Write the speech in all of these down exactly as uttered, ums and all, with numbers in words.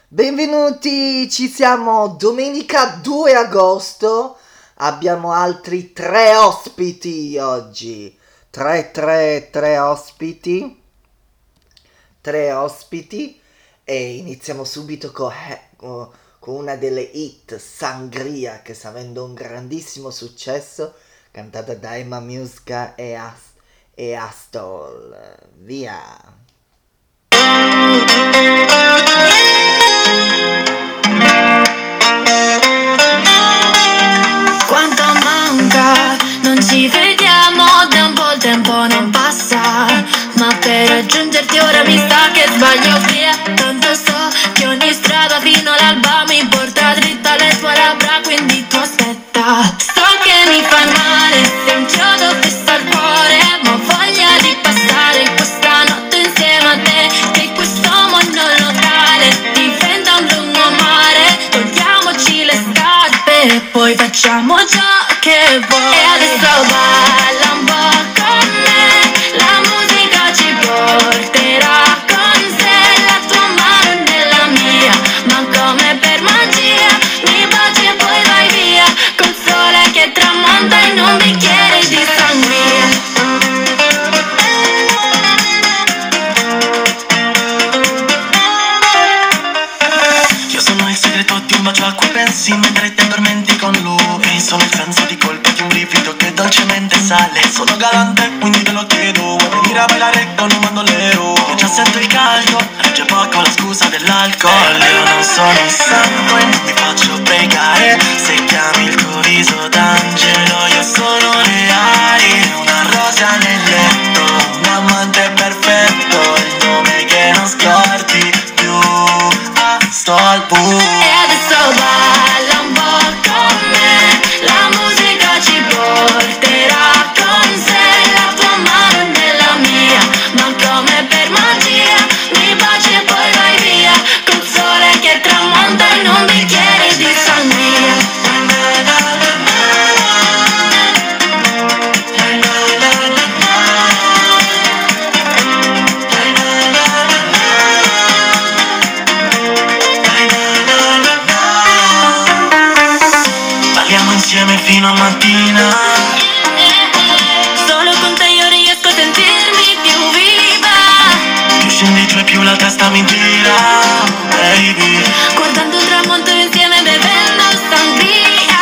Benvenuti, ci siamo domenica due agosto, abbiamo altri tre ospiti oggi, tre, tre, tre ospiti, tre ospiti e iniziamo subito con, con una delle hit, Sangria, che sta avendo un grandissimo successo, cantata da Emma Musica e, As- e Astol, via! Quanto manca, non ci vediamo da un po' il tempo non passa, ma per raggiungerti ora mi sa che sbaglio via. Tanto so che ogni strada fino all'alba mi porta dritta alle tue labbra, quindi tu aspetta. So che mi fa male, sei un chiodo che sta al cuore, ma ho voglia di passare questa notte insieme a te, che questo monolocale diventa un lungomare. Togliamoci le scarpe e poi facciamo ciò che vuoi. E adesso balla un po' con me, la musica ci porterà con sé, la tua mano nella mia, ma come per magia mi baci e poi vai via, col sole che tramonta in un bicchiere di sangria. Io sono il segreto di un bacio a cui pensi mentre ti addormenti con lui. Sono il senso di colpa di un brivido che dolcemente sale. Sono galante, quindi te lo chiedo. Vuoi venire a ballare con un bandolero? Io già sento il caldo, regge poco la scusa dell'alcol. Io non sono un santo e non mi faccio pregare. Se chiami il tuo viso d'angelo, io sono reale. Una rosa nel letto, un amante perfetto, il nome che non scordi più. Ah, sto al buio. E adesso balla un po' con me, la musica ci porterà con sé, la tua mano nella mia, ma come per magia mi baci e poi vai via, col sole che tramonta in un bicchiere di sangria. Balliamo insieme fino a mattina. Solo con te io riesco a sentirmi più viva. Più scendi giù e più la testa mi gira, baby. Guardando il tramonto insieme bevendo sangria.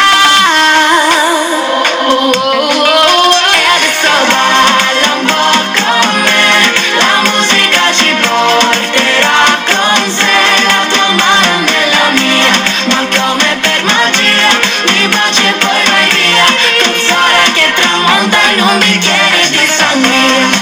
Oh, oh, oh, oh. E adesso balla un po' con me, la musica ci porterà con sé, la tua mano nella mia, ma come per magia mi baci e poi vai via, col sole che tramonta in un bicchiere di sangria.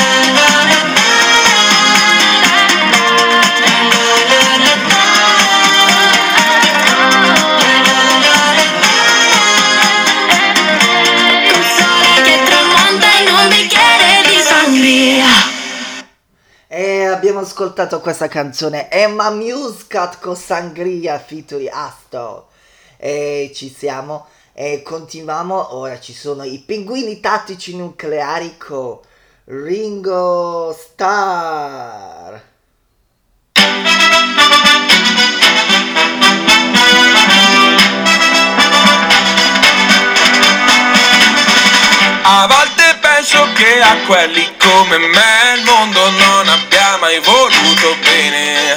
Col sole che tramonta in un bicchiere di sangria. E abbiamo ascoltato questa canzone Emma Muscat con Sangria featuring Astol. E ci siamo e continuiamo. Ora ci sono i Pinguini Tattici Nucleari con Ringo Starr. A volte penso che a quelli come me il mondo non abbia mai voluto bene.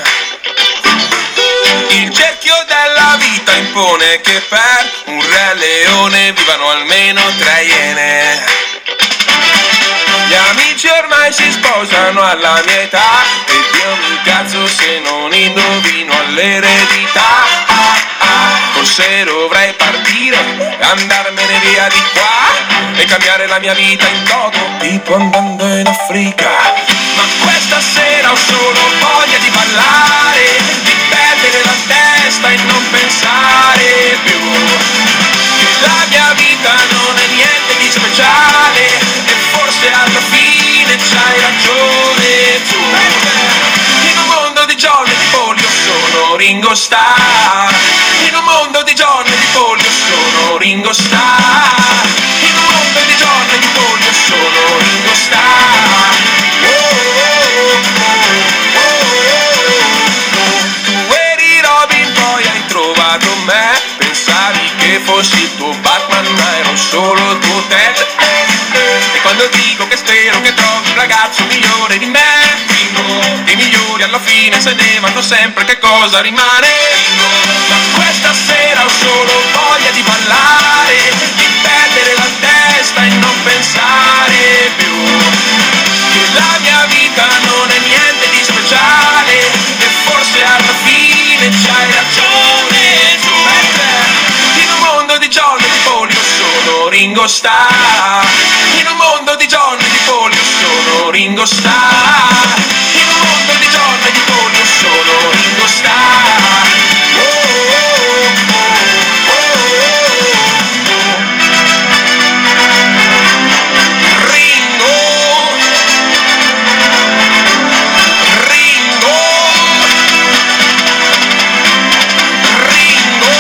Il cerchio della vita impone che per un re leone vivano almeno tre iene. Gli amici ormai si sposano alla mia età ed io mi incazzo se non indovino all'eredità. Ah, ah, forse dovrei partire, andarmene via di qua e cambiare la mia vita in toto, tipo andando in Africa. Ma questa sera ho solo voglia di ballare, di perdere la testa e non pensare più che la mia vita non è niente di speciale e forse alla fine c'hai ragione tu. In un mondo di John e di Polio sono Ringo Starr. In un mondo di John e di Polio sono Ringo Starr. In un mondo di John e di Polio sono Ringo Starr. Oh, oh, oh, oh, oh, oh. Tu eri solo il tuo hotel. E quando dico che spero che trovi un ragazzo migliore di me, i migliori alla fine se ne vanno sempre, che cosa rimane? Ma questa sera ho solo voglia di ballare, di perdere la testa e non pensare più che la mia vita non è niente di speciale, e forse alla fine c'hai ragione tu. In un mondo di John e di Paul io sono Ringo Starr. In un mondo di John e di Paul io sono Ringo Starr. In un mondo di John e di Paul io sono Ringo Starr. Oh, oh, oh, oh, oh, oh. Ringo, Ringo, Ringo,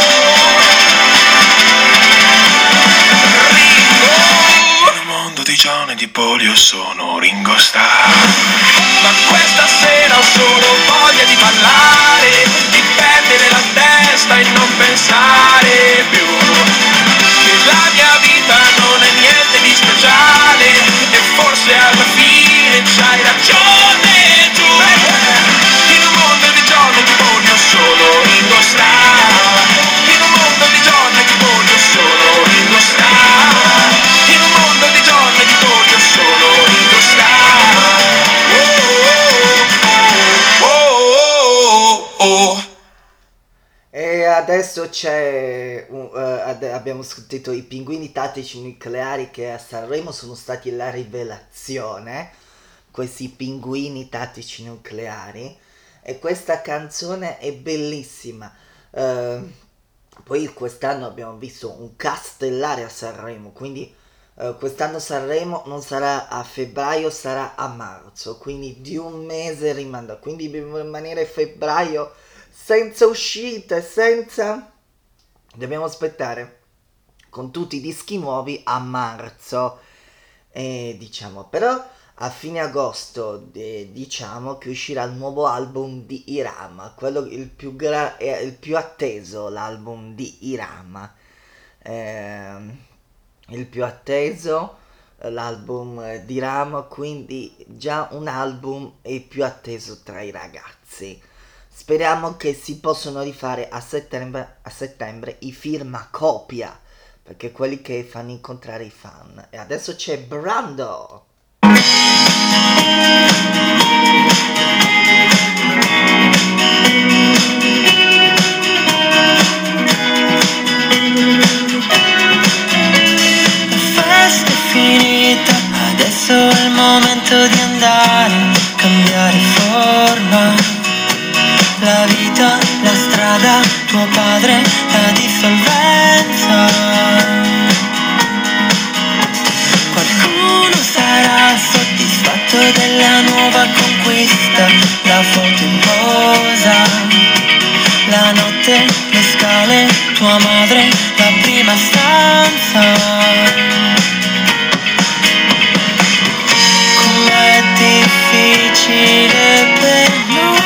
Ringo. Nel mondo di John e di Paul io sono Ringo Starr. Ma questa sera ho solo voglia di ballare, di perdere la testa e non pensare più che la mia vita non è niente di speciale, e forse alla fine c'hai ragione tu. In un mondo di John e di Paul io sono Ringo Starr. In un mondo di John e di Paul io sono Ringo Starr. In un mondo di John e di Paul io sono Ringo Starr. Oh, oh, oh, oh, oh. E adesso c'è un- eh, ade- abbiamo sentito i Pinguini Tattici Nucleari, che a Sanremo sono stati la rivelazione, questi Pinguini Tattici Nucleari, e questa canzone è bellissima. Eh, poi quest'anno abbiamo visto un cast stellare a Sanremo, quindi eh, quest'anno Sanremo non sarà a febbraio, sarà a marzo, quindi di un mese rimanda, quindi dobbiamo rimanere febbraio senza uscite, senza... dobbiamo aspettare con tutti i dischi nuovi a marzo. E diciamo, però a fine agosto eh, diciamo che uscirà il nuovo album di Irama, quello il più, gra- è il più atteso, l'album di Irama. Ehm, il più atteso, eh, l'album eh, di Irama, quindi già un album è il più atteso tra i ragazzi. Speriamo che si possano rifare a settembre, a settembre i firmacopia, perché quelli che fanno incontrare i fan. E adesso c'è Brando. La festa è finita, adesso è il momento di andare, cambiare forma. La vita, la strada, tuo padre, la dissolvenza. Qualcuno sarà soddisfatto della nuova conquista, la foto in posa, la notte, le scale, tua madre, la prima stanza. Com'è difficile per noi.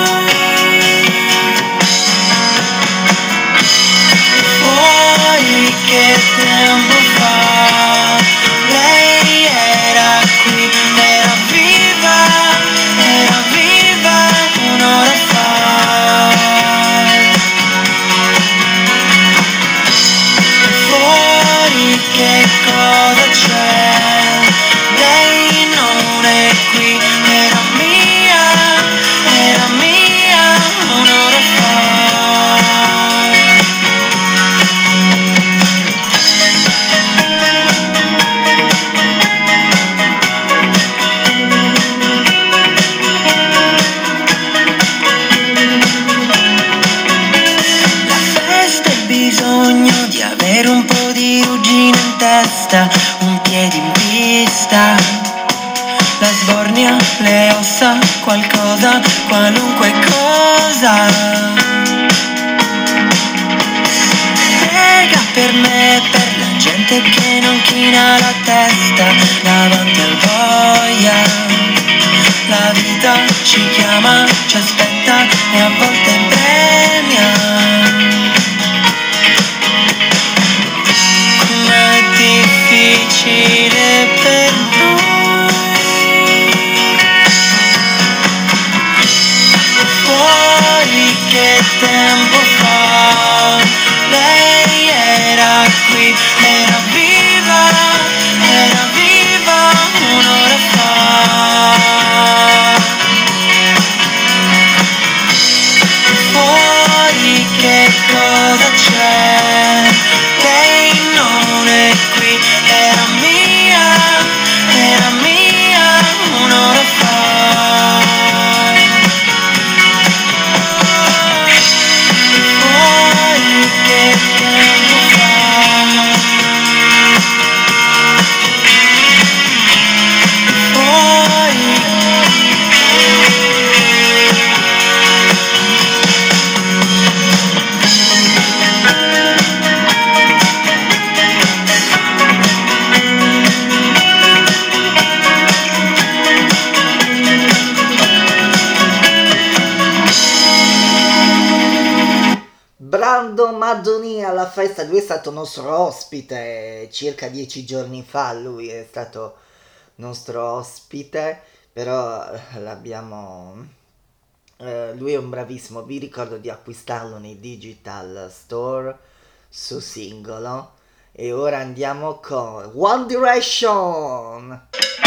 Che tempo fa lei era qui, era viva, era viva un'ora fa. Fuori che cosa c'è? Lei non è qui, era mia, era mia un'ora fa. Bisogno di avere un po' di ruggine in testa, un piede in pista, la sbornia, le ossa, qualcosa, qualunque cosa. Prega per me, per la gente che non china la testa davanti al boia. La vita ci chiama, ci aspetta e a volte premia. Com'è difficile tempo fa. Lei era qui, era viva, era viva un'ora fa. Fuori che cosa c'è? Lei non è qui, era mia, era mia un'ora fa. Fuori che tempo fa. Fuori. Brando Maddoni alla festa, lui è stato nostro ospite circa dieci giorni fa, lui è stato nostro ospite, però l'abbiamo... eh, lui è un bravissimo, vi ricordo di acquistarlo nei digital store su singolo. E ora andiamo con One Direction!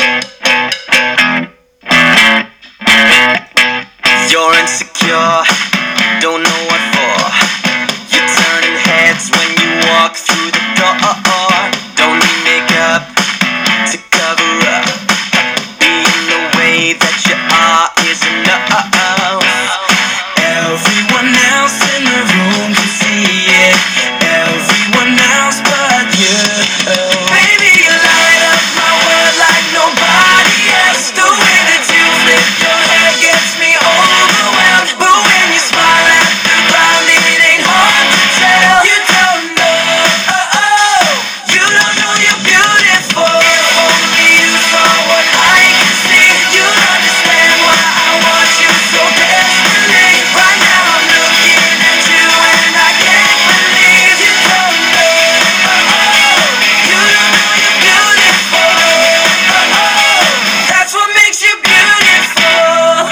You're insecure, don't know what for. You're turning heads when you walk through the door. Don't need makeup to cover up. Being the way that you are is enough. Everyone else in the room can see it. Everyone else but you. Baby, you light up my world like nobody else. The way that you flip your hair gets me overwhelmed. But when you smile at the ground, it ain't hard to tell. You don't know, oh, oh, you don't know you're beautiful. If only you saw what I can see, you'd understand why I want you so desperately. Right now I'm looking at you and I can't believe you don't know, oh, oh, you don't know you're beautiful. Oh, oh, that's what makes you beautiful.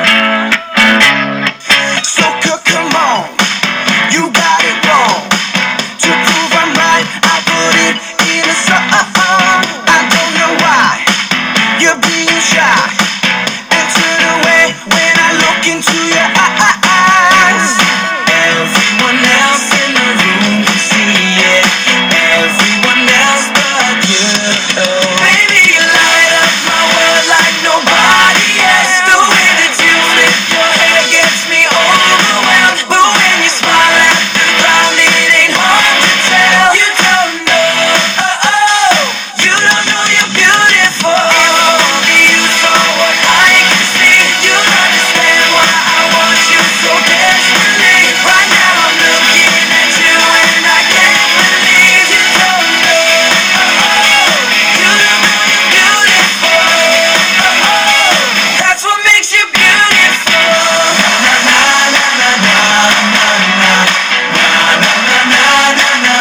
So good, come on, you got it wrong. To prove I'm right, I put it in a song. I don't know why you're being shy and turn away when I look into your eyes. Everyone else in the room can see it. Everyone else but you. Baby, you light up my world like nobody else. The way that you flip your hair gets me overwhelmed. But when you smile at the ground, it ain't hard to tell. You don't know, oh, oh, you don't know you're beautiful. If only you saw what I can see, you'd understand why I want you so desperately. Right now I'm looking at you and I can't believe you don't know, oh, oh, you don't know you're beautiful. Oh, oh, that's what makes you beautiful. Na na na na na na na na na na na na na.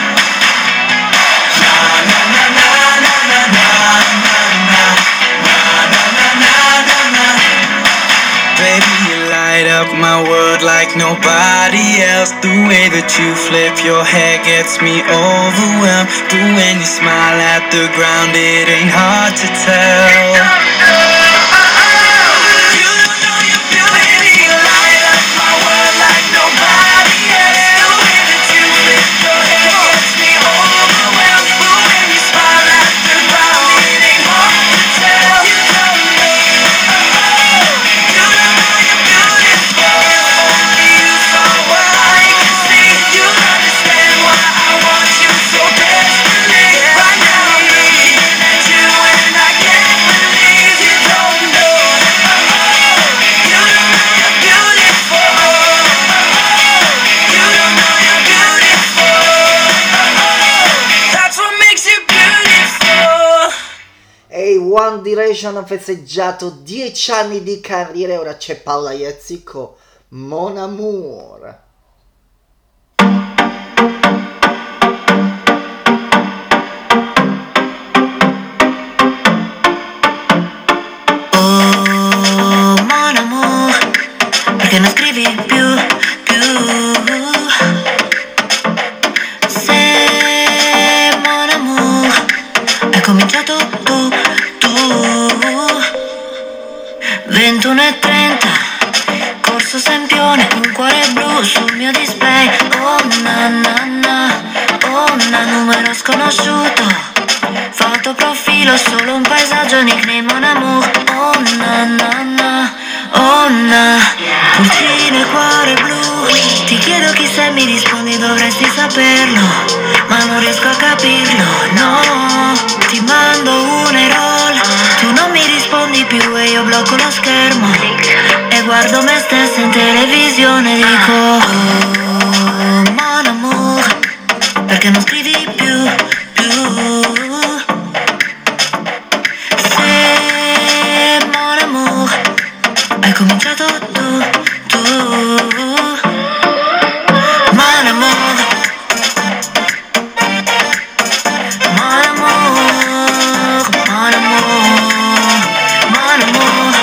Na na na na na na na na na. Na na na na na na. Baby, you light up my world like nobody else. The way that you flip your hair gets me overwhelmed. But when you smile at the ground, it ain't hard to tell. You don't know you're beautiful. Baby, you light up my world like nobody else. The way that you flip your hair gets me overwhelmed. But when you smile at the ground, it ain't hard to tell. You don't know, oh, oh, you don't know you're beautiful. If only you saw what I can see, you'd understand why I want you so desperately. Right now I'm looking at you and I can't believe you don't know, oh, oh, you don't know you're beautiful. Oh, oh, you don't know you're beautiful. Oh, oh, that's what makes you beautiful. E i One Direction hanno festeggiato dieci anni di carriera e ora c'è Paola Iezzi con Mon Amour. Oh, mon amour, perché non scrivi più, più? un cuore blu sul mio display. Oh na na na, oh na, numero sconosciuto, fotoprofilo, solo un paesaggio, nickname mon amour. Oh na na na, oh na, pulcino e cuore blu. Ti chiedo chi sei, mi rispondi dovresti saperlo, ma non riesco a capirlo, no. Ti mando un e-roll, tu non mi rispondi più e io blocco lo schermo e guardo me stessa in televisione. Dico oh mon amour, perché non scrivi più, più. Se mon amour, hai cominciato tu, tu. Mon amour, mon amour, mon amour, mon amour,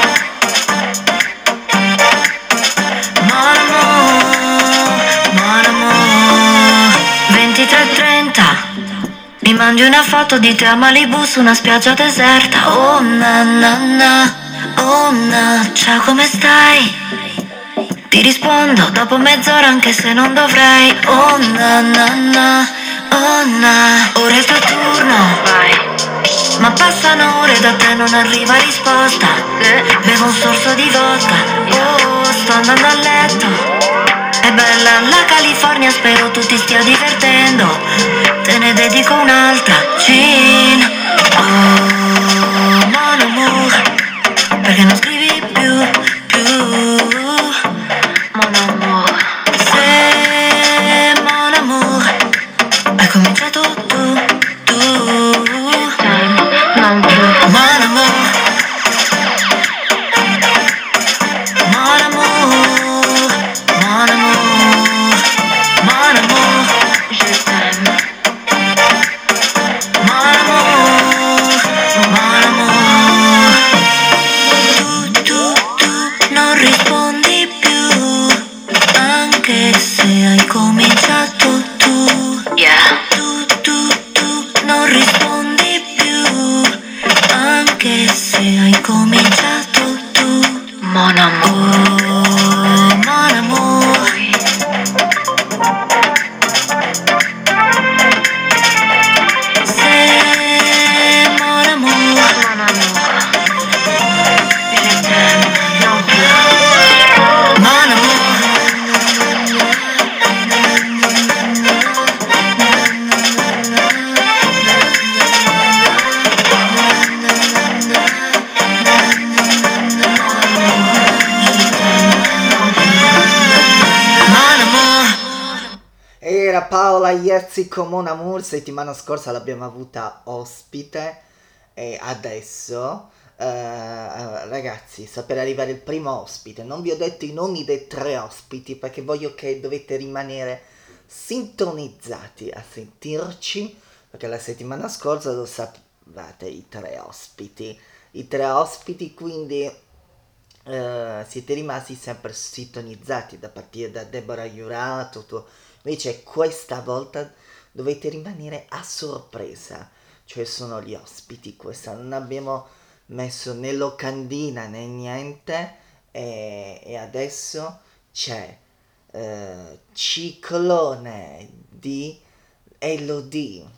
mon amour, mon amour. ventitré e trenta, mi mandi una foto di te a Malibu su una spiaggia deserta. Oh na na na, oh na, ciao come stai? Ti rispondo dopo mezz'ora anche se non dovrei. Oh na na na, oh na, ora è il tuo turno, vai. Ma passano ore da te non arriva risposta. Bevo un sorso di vodka, oh sto andando a letto. È bella la California, spero tu ti stia divertendo. Te ne dedico un'altra, Gin. Oh mon amour, perché non scrivi più, più. Mon amour, se mon amour, hai cominciato tu, tu. Non più. Mon amour, mon amour, mon amour, mon amour, je t'aime. Mon amour, mon amour. Tu, tu, tu non rispondi più, anche se hai cominciato tu. Yeah. Tu, tu, tu non rispondi più, anche se hai cominciato tu. Mon amour, oh, mon amour. C'est mon amour, mon amour. Je t'aime, non plus. Mon amour. Era Paola Iezzi con Mon Amour. Settimana scorsa l'abbiamo avuta ospite e adesso eh, ragazzi sta per arrivare il primo ospite. Non vi ho detto i nomi dei tre ospiti perché voglio che dovete rimanere sintonizzati a sentirci, perché la settimana scorsa lo sapevate i tre ospiti i tre ospiti quindi eh, siete rimasti sempre sintonizzati da partire da Deborah Jurato. Tu. Invece questa volta dovete rimanere a sorpresa, cioè sono gli ospiti. Questa non abbiamo messo né locandina né niente e, e adesso c'è eh, Ciclone di Elodie.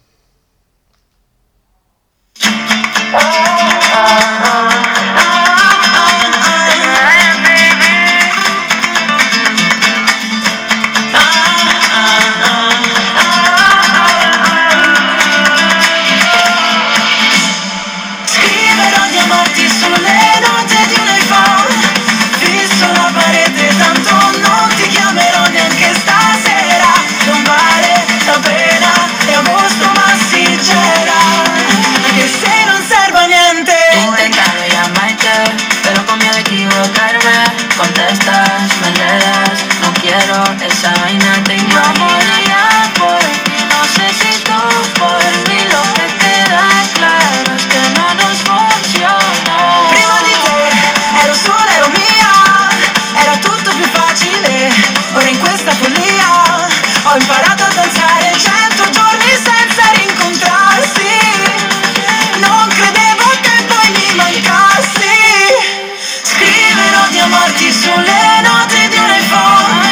Contestas, me enredas, no quiero esa vaina, te imaginas. Yo moriría por ti, no sé si tú por mí. Lo que queda claro es que no nos funcionó. Prima di te ero sola, ero mia, era tutto più facile. Ora in questa follia ho imparato a danzare cento giorni senza rincontrarsi. Non credevo che poi mi mancassi. Scriverò di amarti sulle note di un iPhone.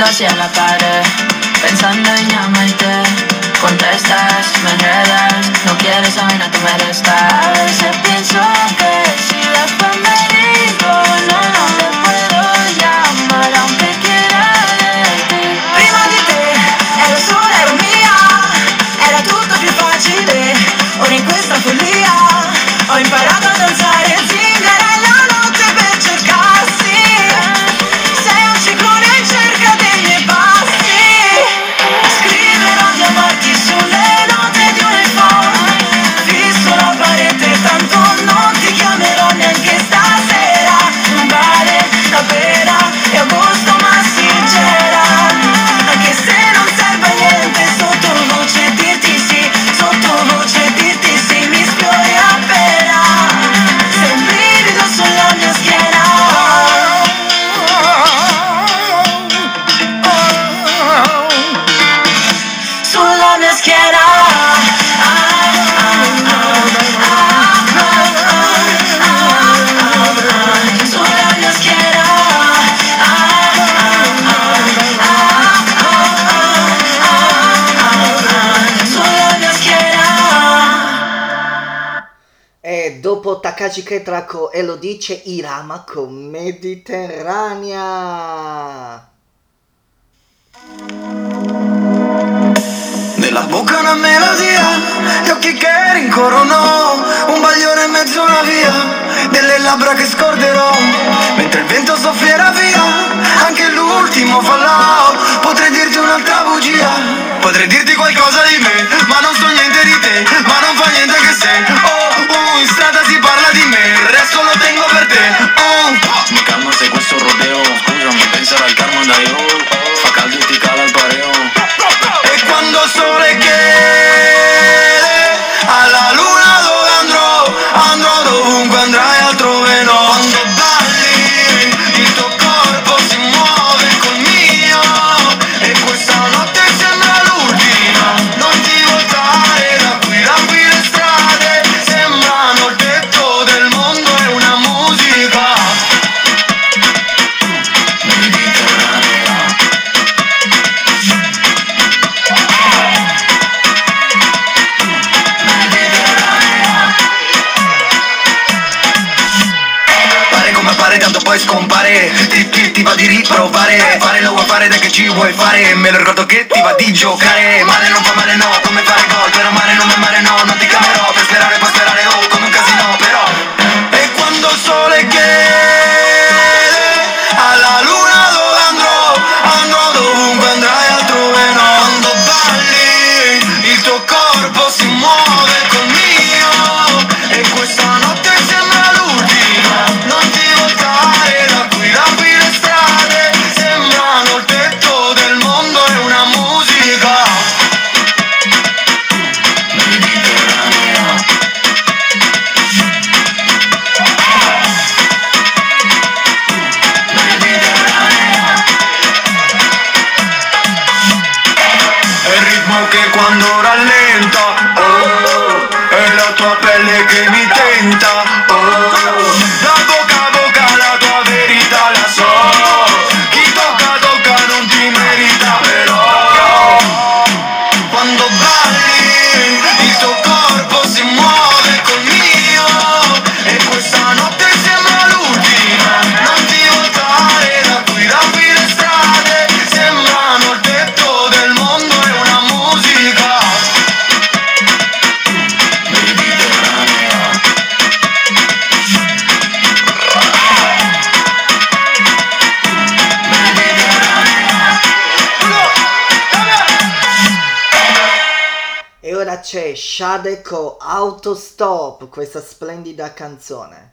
hacia la pared, pensando en llamarte. Contestas, me enredas, no quieres saber, no te mereces. A veces pienso que si después me digo no, no te puedo llamar aunque quiera de ti. Prima di te ero sola, ero mia, era tutto più facile. Ora in questa follia ho imparato a danzare zingara la notte per cercarsi. Sei un ciclone in cerca dei miei passi. Scriverò di amarti sulle note di un iPhone. Fisso la parete, tanto non ti chiamerò neanche stasera. Un baile, la pera e agosto ma sincera. Anche se non serve a niente, sottovoce dirti sì, sottovoce dirti sì, mi sfiori appena. Sei un brivido sulla mia schiena. Sulla mia schiena. Sulla mia schiena. Sulla mia schiena. E dopo Takashi Ketrako e lo dice Irama con Mediterranea. Nella bocca una melodia, gli occhi che rincorrono, un bagliore in mezzo a una via, delle labbra che scorderò, mentre il vento soffierà via, anche l'ultimo fallout. Potrei dirti un'altra bugia, potrei dirti qualcosa di me, ma non so niente di te, ma non fa niente che sei. Oh, uh, in strada si parla di me, il resto lo tengo per te. Oh, mi calma se questo rodeo, scusami, pensare al karma da io, fa caldo e ti cala il pareo. E quando il sole chiede alla luna dove andrò, andrò dovunque andrai altrove no. Quando balli il tuo corpo si muove col mio, e questa notte sembra l'ultima. Non ti voltare da qui, da qui le strade sembrano il tetto del mondo, è una musica mediterranea. Pare come pare, tanto poi scompare. Ti, ti, ti va di riprovare, fare lo vuoi fare, da che ci vuoi fare. Me lo ricordo che ti va di giocare. Male non fa male no, come fare gol. Per amare non mi amare no, non ti chiamerò. Per sperare puoi sperare oh, come un casino però. E quando il sole chiede alla luna dove andrò, andrò dovunque andrai altrove no. Quando balli il tuo corpo si muove col mio, e questa notte sembra l'ultima. Non ti voltare da qui, da qui le strade sembrano il tetto del mondo, è una musica mediterranea. Mediterranea. È il ritmo che quando rallenta, oh, è la tua pelle che mi tenta, oh, da bocca a bocca la tua verità la so, chi tocca tocca non ti merita però, quando balli il tuo corpo si muove col mio, e questa notte sembra l'ultima. Non ti voltare da qui, da qui le strade sembrano il tetto del mondo, è una musica mediterranea. E ora c'è Shadeko Autostop, questa splendida canzone.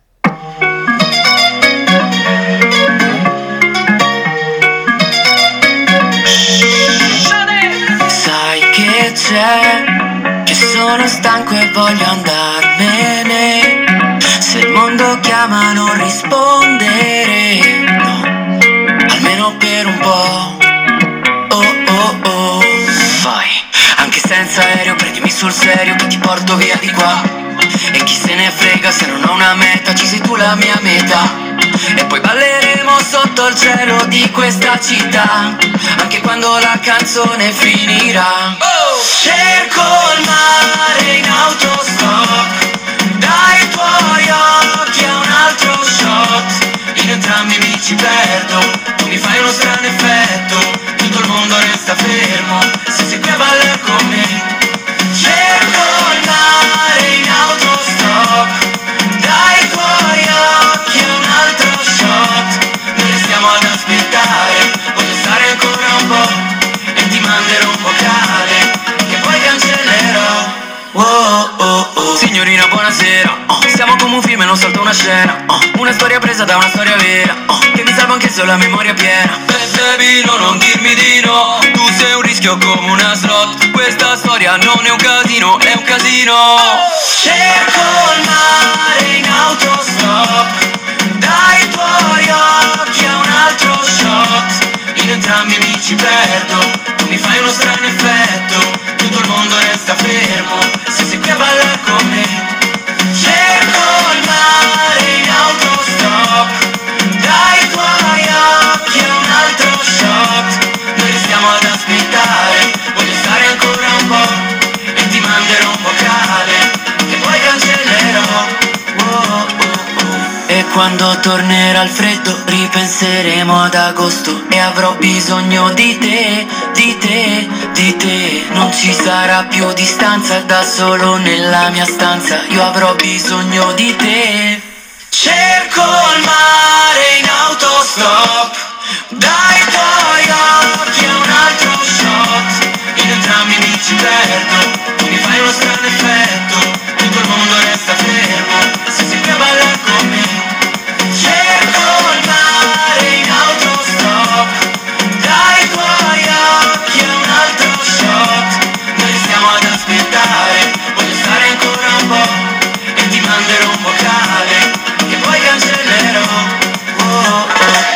Sai che c'è, che sono stanco e voglio andarmene. Se il mondo chiama non rispondere, no, almeno per un po'. Oh oh oh, vai, anche senza aereo prendimi sul serio che ti porto via di qua. E chi se ne frega se non ho una meta, ci sei tu la mia meta. e poi balleremo sotto il cielo di questa città, anche quando la canzone finirà. Oh! Cerco il mare in autostop, dai tuoi occhi a un altro shot, in entrambi mi ci perdo, tu mi fai uno strano effetto, tutto il mondo resta fermo, se sei qui a ballare con me. Cerco il mare in autostop, dai tuoi occhi a un altro shot, noi restiamo ad aspettare, voglio stare ancora un po' e ti manderò un vocale che poi cancellerò. Oh, oh, oh. Signorina buonasera, oh, siamo come un film e non soltanto una scena, oh, una storia presa da una storia vera, oh, che mi salva anche se ho la memoria piena. Baby, no, non dirmi di no, tu sei un rischio come una slot, questa storia non è un casino, è un casino. Cerco il mare in autostop, dai tuoi occhi a un altro shot, in entrambi mi ci perdo, tu mi fai uno strano effetto, tutto il mondo resta fermo, se sei qui a ballare con me. Cerco il mare in autostop, dai tuoi occhi a un altro shot, noi restiamo ad aspettare, voglio stare ancora un po' e ti manderò un vocale che poi cancellerò. Oh, oh, oh. E quando tornerà il freddo ripenseremo ad agosto e avrò bisogno di te, di te, di te. Non ci sarà più distanza, da solo nella mia stanza io avrò bisogno di te. Cerco il mare in autostop, dai tuoi occhi a un altro shot, in entrambi mi ci perdo, tu mi fai uno strano effetto, tutto il mondo resta fermo, se sei qui a ballare con me. Cerco il mare in autostop, dai tuoi occhi a un altro shot, noi stiamo ad aspettare, voglio stare ancora un po' e ti manderò un vocale che poi cancellerò. Oh, oh, oh.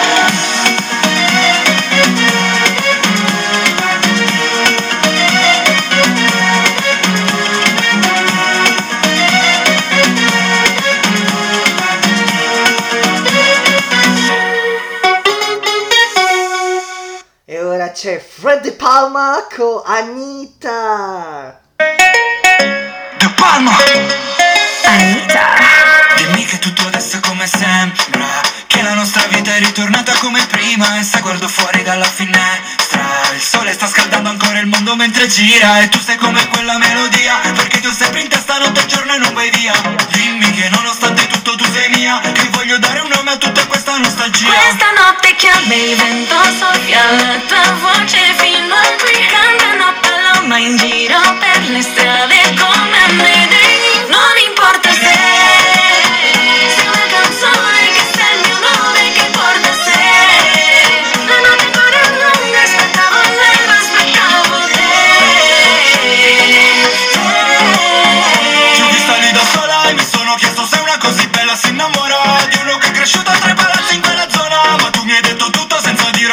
E ora c'è Freddy Palma con Anita. De Palma! Anita. Dimmi che tutto adesso è come sembra, che la nostra vita è ritornata come prima. E se guardo fuori dalla finestra, il sole sta scaldando ancora il mondo mentre gira, e tu sei come quella melodia, perché ti ho sempre in testa notte e giorno e non vai via. Dimmi che nonostante tutto tu sei mia, che voglio dare un nome a tutta questa nostalgia. Questa notte che a me il vento soffia, la tua voce fino a qui cantano paloma in giro per le strade come me. Non importa se sei una canzone che sei il mio nome che porta a sé. La notte ancora è lunga, aspettavo lei ma aspettavo te. Ti ho vista lì da sola e mi sono chiesto se una così bella si innamora di uno che è cresciuto a tre palazzi in quella zona. Ma tu mi hai detto tutto senza dire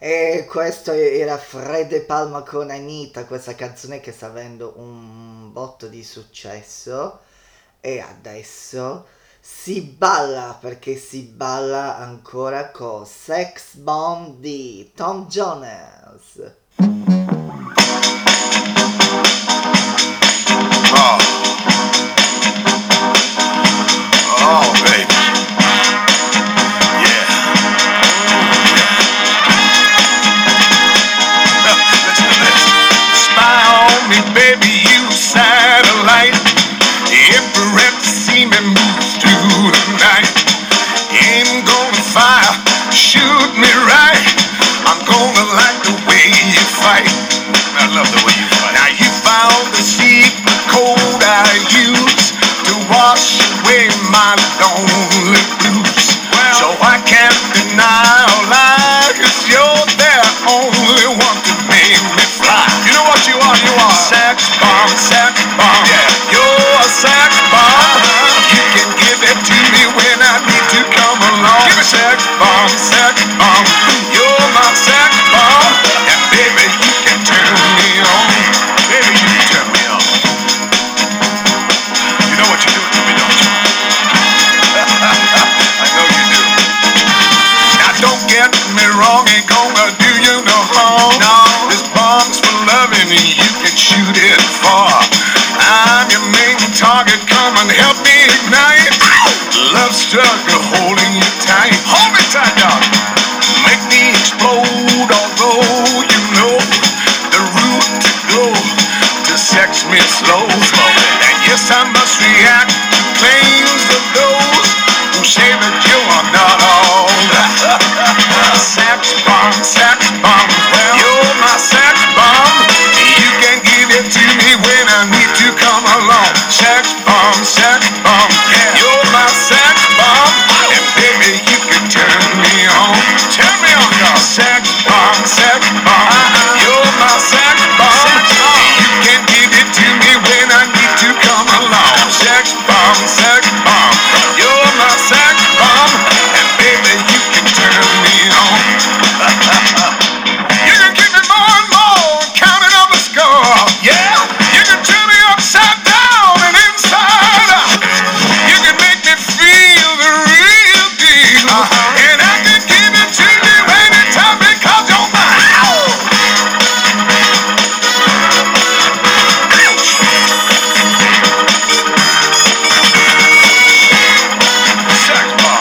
E questo era Fred De Palma con Anita, questa canzone che sta avendo un botto di successo. E adesso si balla, perché si balla ancora con Sex Bomb di Tom Jones. Oh, oh baby. Baby, you satellite, infrared to see me move through the night. Aim gonna fire, shoot me right. I'm gonna like the way you fight. I love the way you fight. Now you found the secret code I use to wash away my lonely blues. Well, so I can't deny or lie, 'cause you're the only one to make me fly. You know what you are? You are sex bomb, sex bomb. Yeah, you're a sex bomb. You can give it to me when I need to come along. Give me sex bomb, sex bomb. You're my sex bomb, and baby you can turn me on. Baby you can turn me on. You know what you're doing to me, don't you? I know you do. Now don't get me wrong, ain't gonna do you no harm. No, this bomb's for loving and you can shoot it far. I'm your main target, come and help me ignite. Love struggle holding you tight. Hold me tight, dog. Make me explode, although you know the route to go to sex me slow. And yes, I must react to claims of those who say that you are not all that. Sex bomb, sex bomb. Well, you're my sex bomb. You can give it to me when I need to come along. Sex bomb, sex bomb. Yeah, you're my sex bomb. And baby, you can turn me on. Turn me on, dog. Sex bomb, sex bomb. You're my sex bomb. You can give it to me when I need to come along. Sex bomb, sex bomb. You're my sex bomb. And baby, you can turn me on. You can give me more and more, counting up the score. Yeah, you can turn me upside down and inside out. You can make me feel the real deal. Uh-huh. And I can give it to you anytime because you're mine. Sex bomb.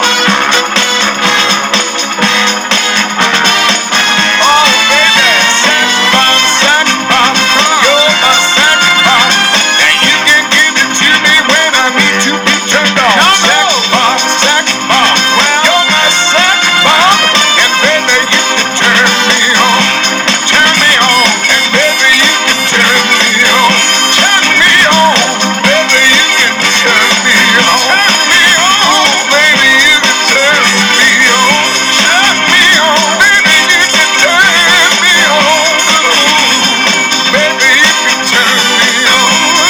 Oh baby, sex bomb, sex bomb. You're my sex bomb. And you can give it to me when I need to be turned on. Sex bomb, sex bomb. You're my sex bomb. And baby, you can turn me on. Turn me on. And baby, you can turn me on. Turn me on. Baby, you can turn me on. Turn me on. Baby, you can turn me on. Turn me on. Baby, you can turn me on. Baby, you can turn me on.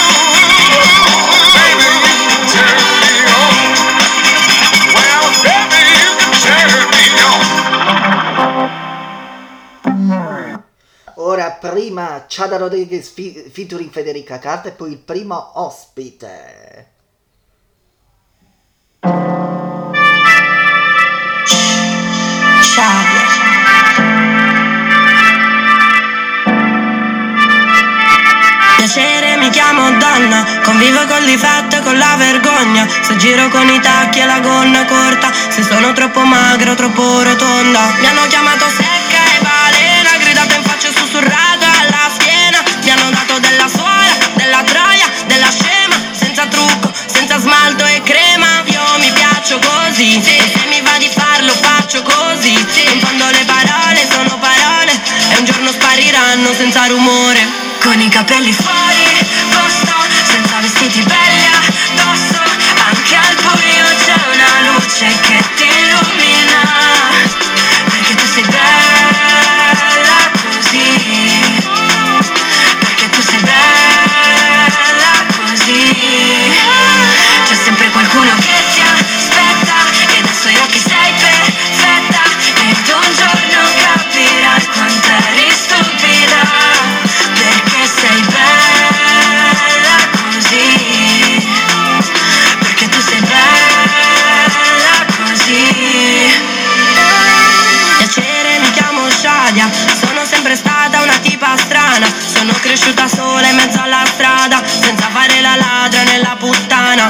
Baby, you can turn me on. Well, baby, you can turn me on. Ora prima Chada Rodriguez fi- featuring Federica Carta e poi il primo ospite. Piacere, mi chiamo donna, convivo con difetto e con la vergogna. Se giro con i tacchi e la gonna corta, se sono troppo magro, troppo rotonda. Mi hanno chiamato secca e balena, gridato in faccia e sussurrato alla schiena. Mi hanno dato della suola, della troia, della scema, senza trucco, senza smalto e crema. Io mi piaccio così, e se mi va di farlo faccio così. In fondo le parole sono parole, e un giorno spariranno senza rumore. Con i capelli fuori posto, senza vestiti belli addosso, anche al buio c'è una luce che ti illumina, perché tu sei bella così, perché tu sei bella così. C'è sempre qualcuno che ti aspetta, e adesso io che sei perfetta, ed un giorno capirai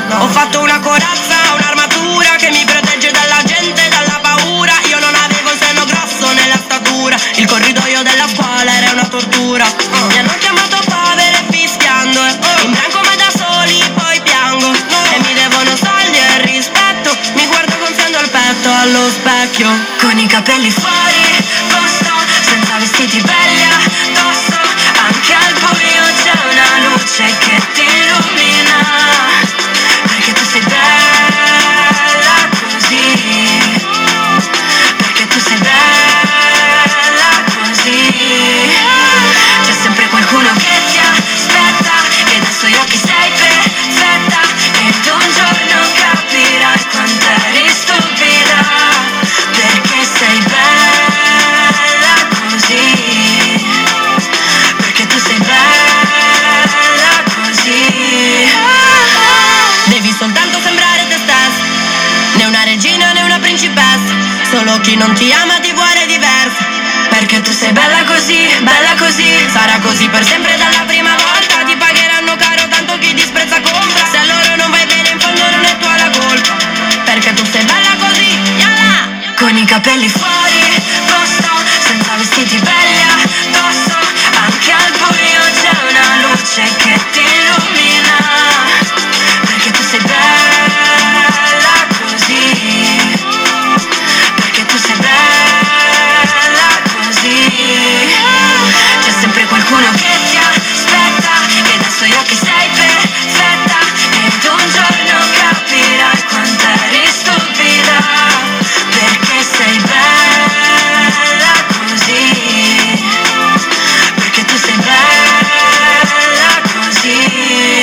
Ho fatto una corazza, un'armatura che mi protegge dalla gente, dalla paura. Io non avevo il seno grosso nella statura, il corridoio della scuola era una tortura. Mi hanno chiamato povere fischiando, in branco ma da soli poi piango. E mi devono soldi e rispetto, mi guardo gonfiando il petto allo specchio. Con i capelli fuori posto, senza vestiti belli addosso, anche al buio c'è una luce che ti illumina, perché tu sei bella così, perché tu sei bella così. C'è sempre qualcuno che ti aspetta e dai suoi occhi sei perfetta, ed un giorno capirai quanto eri stupida, perché sei bella così, perché tu sei bella così. Devi soltanto sembrare te stessa, né una regina né una principessa, solo chi non ti ama ti vuole diversa, perché tu sei bella così, bella così. Sarà così per sempre dalla prima volta, ti pagheranno caro tanto chi disprezza compra. Se a loro non vai bene in fondo non è tua la colpa, perché tu sei bella così, yalla. Con i capelli fuori posto, senza vestiti belli addosso, anche al buio c'è una luce che ti illumina, perché tu sei bella così, perché tu sei bella così. C'è sempre qualcuno che ti aspetta e dai suoi occhi sei perfetta, ed un giorno capirai quanto eri stupida, perché sei bella così, perché tu sei bella così.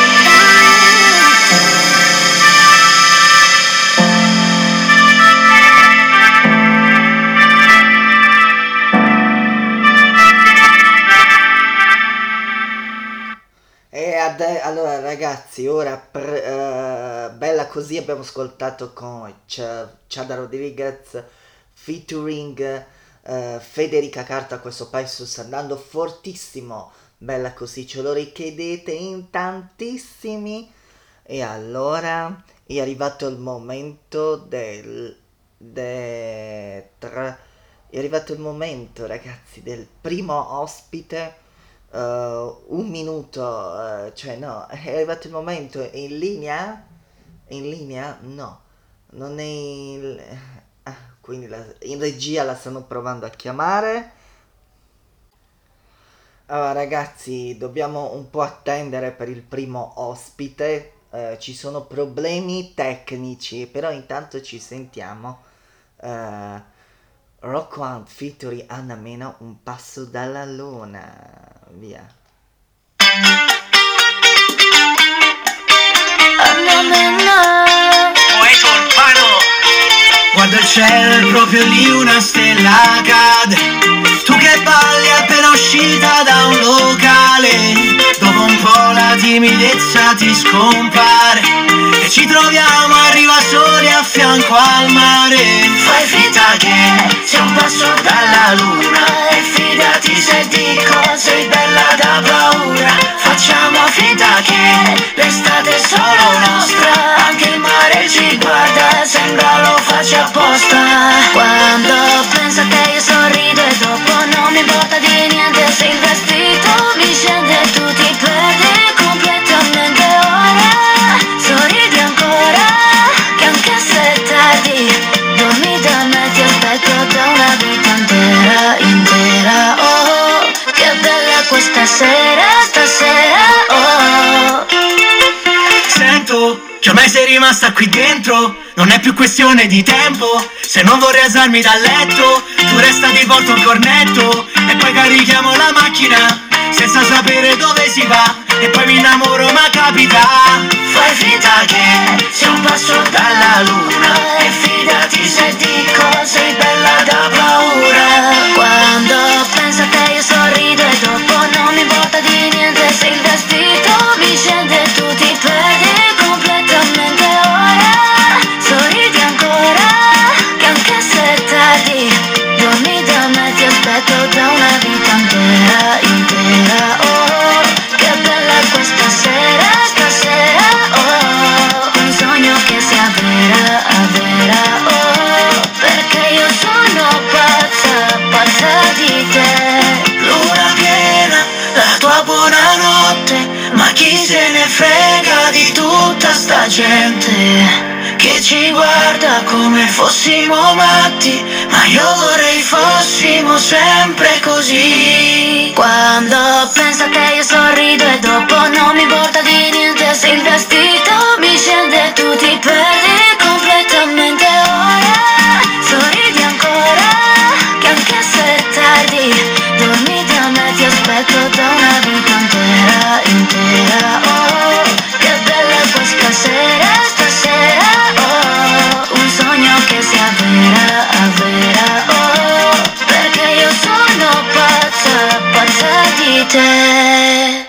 E ade- allora ragazzi, ora pre- eh, bella così abbiamo ascoltato con Ch- Chada Rodriguez featuring eh, Federica Carta. Questo pezzo sta andando fortissimo, bella così, ce lo richiedete in tantissimi. E allora è arrivato il momento del de, tra- è arrivato il momento ragazzi del primo ospite. Uh, un minuto, uh, cioè no, è arrivato il momento. È in linea? È in linea? No, non è in... ah, quindi la, in regia la stanno provando a chiamare. Allora ragazzi, dobbiamo un po' attendere per il primo ospite, uh, ci sono problemi tecnici, però intanto ci sentiamo. uh, Rock One featuring Anna Mena, Un passo dalla luna. Via. Anna Mena. Poeta urbano. Guarda il cielo, proprio lì una stella cade. Tu che balli appena uscita da un locale. Dopo un po' la timidezza ti scompare e ci troviamo, arriva soli a fianco al mare. Fai finta che sei un passo dalla luna e fidati se dico sei bella da paura. Facciamo finta che l'estate è solo nostra, anche il mare ci guarda, sembra lo faccia apposta. Quando penso a te io sorrido e dopo non mi importa di niente se il vestito mi scende e tu ti perdi completamente. Ora sorridi ancora, che anche se è tardi dormi da me, ti aspetto da una vita intera, intera. Oh, che bella questa sera, stasera, oh. Sento che ormai sei rimasta qui dentro, non è più questione di tempo. Se non vorrei alzarmi dal letto, tu resta, ti porto un cornetto e poi carichiamo la macchina senza sapere dove si va, e poi mi innamoro ma capita. Fai finta che sei un passo dalla luna e fidati se dico sei bella da paura. Quando penso a te io sorrido e dopo non mi importa di niente se il vestito mi scende e tu ti perdi completamente. Ora sorridi ancora, che anche se è tardi dormi da me, ti aspetto da una vita intera, intera. Oh, che bella questa sera, stasera, oh. gente che ci guarda come fossimo matti, ma io vorrei fossimo sempre così. Quando penso a te io sorrido e dopo non mi importa di niente. Se il vestito mi scende tu ti perdi completamente. Ora sorridi ancora, che anche se è tardi dormi da me, ti aspetto da una vita intera, intera. Oh, che bella questa sera, stasera. Oh, un sogno che si avvera, avvera. Oh, perché io sono pazza, pazza di te.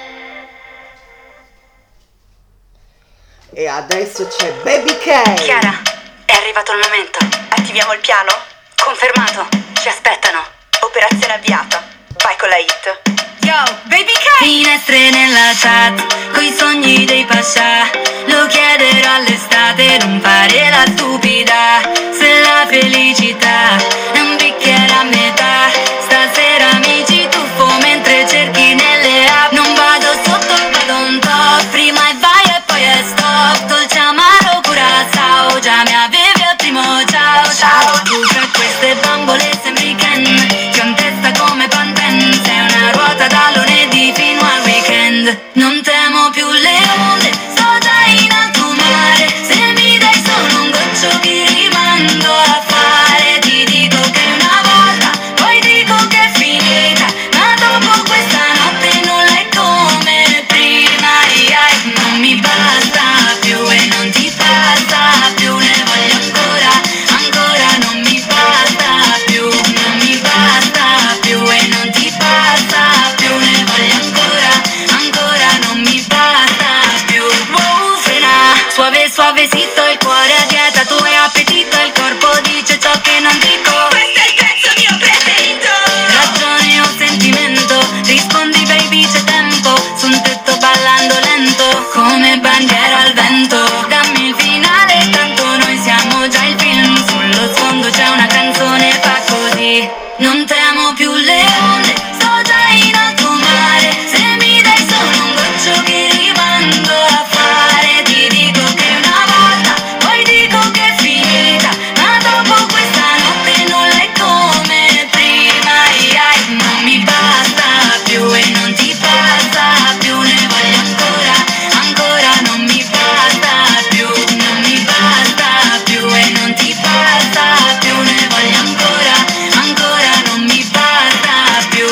E adesso c'è Baby K. Chiara, è arrivato il momento. Attiviamo il piano? Confermato. Ci aspettano. Operazione avviata. Vai con la hit. Yo, Baby K. Finestre nella chat, coi sogni dei pascià. Lo chiederò all'estate, non fare la stupida. Se la felicità è un bicchiere a metà, stasera amici tuffo mentre cerchi nelle app. Non vado sotto, vado un top, prima e vai e poi è stop. Dolce amaro curaçao, già mi avevi al primo ciao. Ciao, tu fra queste bambole sembri Ken, ti ho in testa come Pantene. Sei una ruota da lunedì fino al weekend. Non temo più le onde, sto già in alto mare. Se mi dai solo un goccio ti rimando a fare. Ti dico che una volta, poi dico che è finita, ma dopo questa notte non è come prima. Ai, non mi basta più e non ti passa più. Ne voglio ancora, ancora. Non mi basta più, non mi basta più e non ti passa più. Ne voglio ancora, ancora. Non mi basta più. Wow, frena, suave suavecito, il cuore a dieta, tu hai appetito, il corpo dice ciò che non dico. Questo è il pezzo mio preferito. Ragione o sentimento, rispondi baby c'è tempo. Su un tetto ballando lento, come bandiera al vento. Dammi il finale, tanto noi siamo già il film. Sullo sfondo c'è una canzone, fa così. Non temo più le onde, sto già in alto mare. Se mi dai solo un goccio che rimando a fare. Ti dico che una volta, poi dico che è finita, ma dopo questa notte non è come prima. Ai, ai, non mi basta più e non ti passa più. Ne voglio ancora, ancora. Non mi basta più, non mi basta più e non ti passa più. Ne voglio ancora, ancora. Non mi basta più.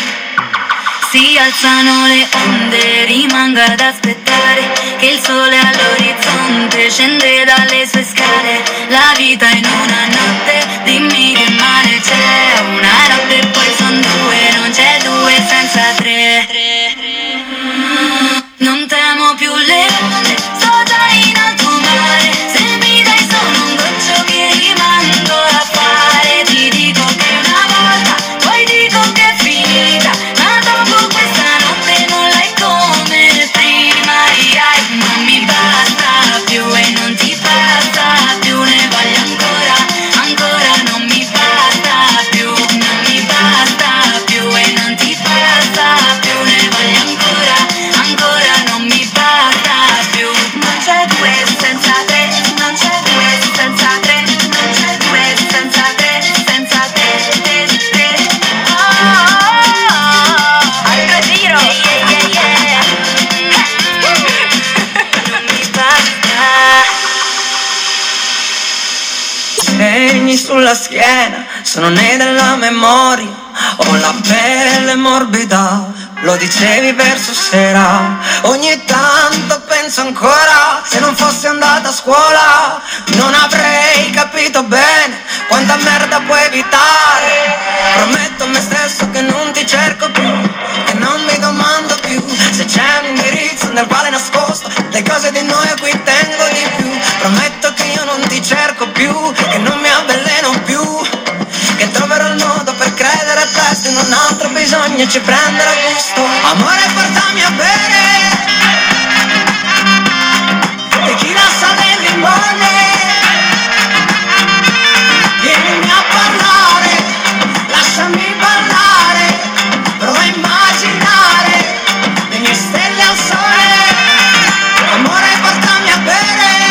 Si alzano le onde, rimango ad aspettare che il sole all'orizzonte scende dalle sue scale. La vita in una notte, dimmi che male c'è. Una notte e poi son due, non c'è due senza tre. Non temo più le onde, sto già in alto mare. Se mi dai solo un goccio che rimando a fare. Ti dico che una volta, poi dico che è finita, ma dopo questa notte non è come prima. Ai, ai, non mi basta più e non ti passa più. Ne voglio ancora, ancora. Non mi basta più, non mi basta più e non ti passa più. Ne voglio ancora, ancora. Non mi basta più. Non c'è due senza tre, non c'è due senza tre, non c'è due senza tre, senza te, te, te. Oh, oh, oh. Altro giro. Yeah, yeah, yeah, yeah. Non mi basta. Segni sulla schiena, sono nei della memoria. Ho la pelle morbida, lo dicevi verso sera. Ogni tanto penso ancora, se non fossi andata a scuola non avrei capito bene quanta merda puoi evitare. Prometto a me stesso che non ti cerco più, che non mi domando più se c'è un indirizzo nel quale nascosto le cose di noi a cui tengo di più. Prometto che io non ti cerco più, che non mi avveleno più, che troverò il modo per credere presto in un altro bisogno e ci prenderò gusto. Amore, portami a bere tequila, sale e limone. Vienimi a parlare, lasciami ballare, prova a immaginare le mie stelle al sole. Amore, portami a bere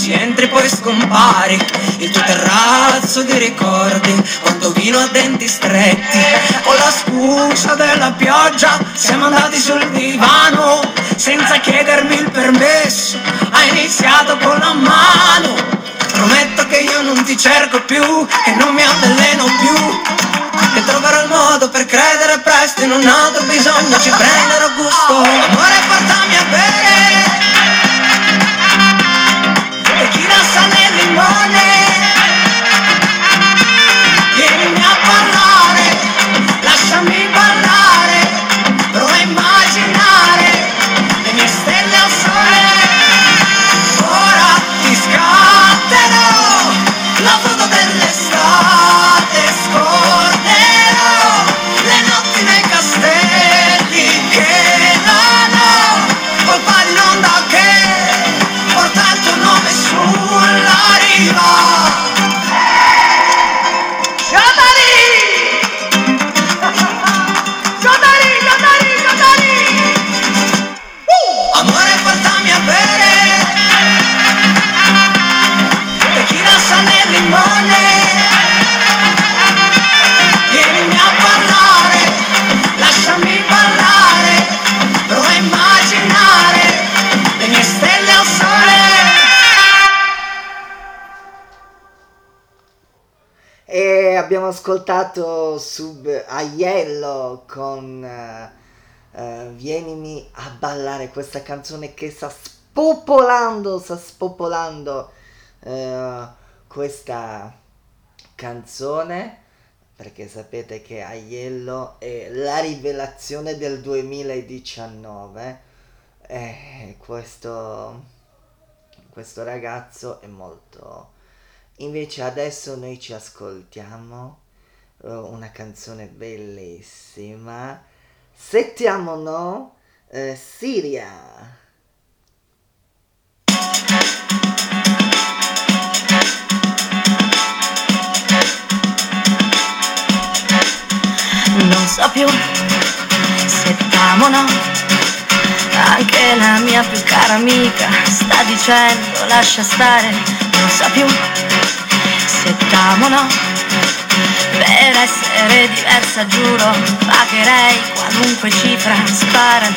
ci entri poi scompari. Il tuo terrazzo di ricordi, quando vino a denti stretti, con la scusa della pioggia siamo andati sul divano, senza chiedermi il permesso, hai iniziato con la mano. Prometto che io non ti cerco più, che non mi avveleno più, che troverò il modo per credere presto in un altro bisogno, ci prenderò gusto. Amore, portami a bere tequila, sale e limone, vienimi a parlare, lasciami ballare, prova a immaginare le mie stelle al sole. Ora ti scatterò la foto dell'estate, scorderò le notti nei castelli che non ho colpa di l'onda che porta il tuo nome sulla riva. Giotari! Giotari, Giotari, Giotari! Uh! Amore, portami a bere tequila, sale e limone, vienimi a parlare, lasciami ballare, prova a immaginare le mie stelle al sole. E abbiamo ascoltato Sub Aiello con eh, eh, Vienimi a ballare, questa canzone che sta spopolando, sta spopolando eh, questa canzone, perché sapete che Aiello è la rivelazione del duemiladiciannove e questo, questo ragazzo è molto... Invece adesso noi ci ascoltiamo uh, una canzone bellissima, sentiamo no? Uh, Siria. Non so più se t'amo o no, anche la mia più cara amica sta dicendo lascia stare. Non so più se t'amo o no, per essere diversa giuro pagherei qualunque cifra, sparano.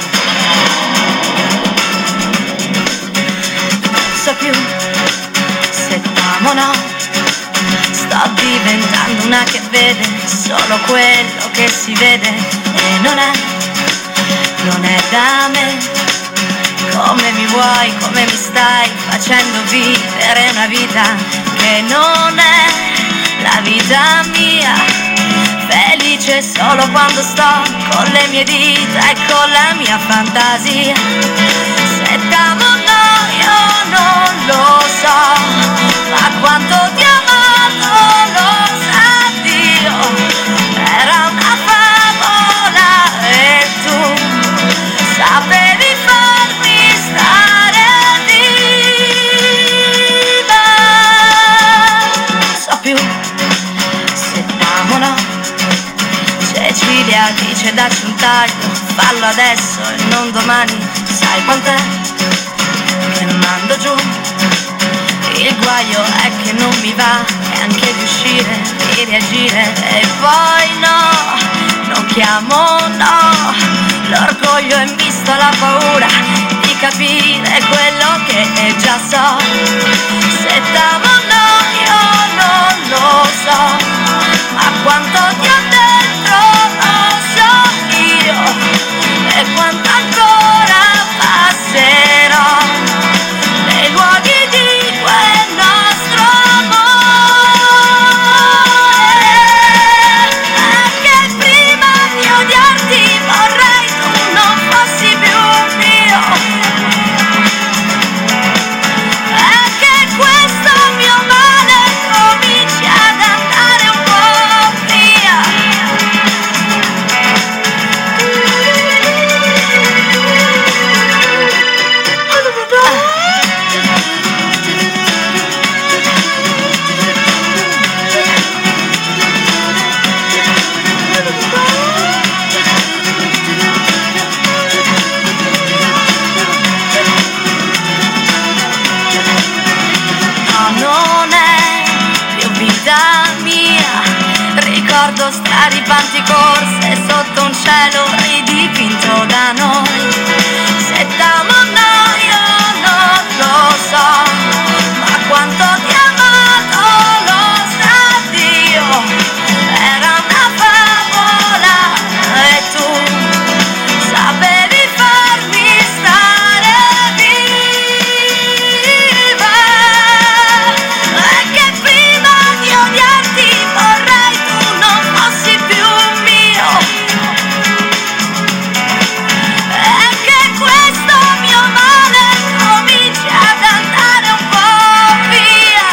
Non so più se t'amo o no, sto diventando una che vede solo quello che si vede e non è, non è da me. Come mi vuoi, come mi stai facendo vivere una vita che non è la vita mia. Felice solo quando sto con le mie dita e con la mia fantasia. Se t'amo o no, io non lo so, ma quanto ti ho amato lo sa Dio. Era una favola e tu sapevi farmi stare viva. Non so più se t'amo o no, Cecilia dice dacci un taglio, fallo adesso e non domani. Sai quant'è che mando giù, il guaio è che non mi va neanche di uscire, di reagire. E poi no, non chiamo no, l'orgoglio è misto alla paura di capire quello che già so. Se t'amo o no, io non lo so, ma quanto ti ho dentro lo so io, e quanto ancora passerò nei luoghi di quel nostro amore. Anche prima di odiarti vorrei tu non fossi più mio, anche garibaldi corse sotto un cielo ridipinto da noi. Se t'amo no, io non lo so, ma quanto ti ho amato lo sa Dio. Era una favola e tu sapevi farmi stare viva. E che prima di odiarti vorrei tu non fossi più mio. E che questo mio male cominci ad andare un po' via.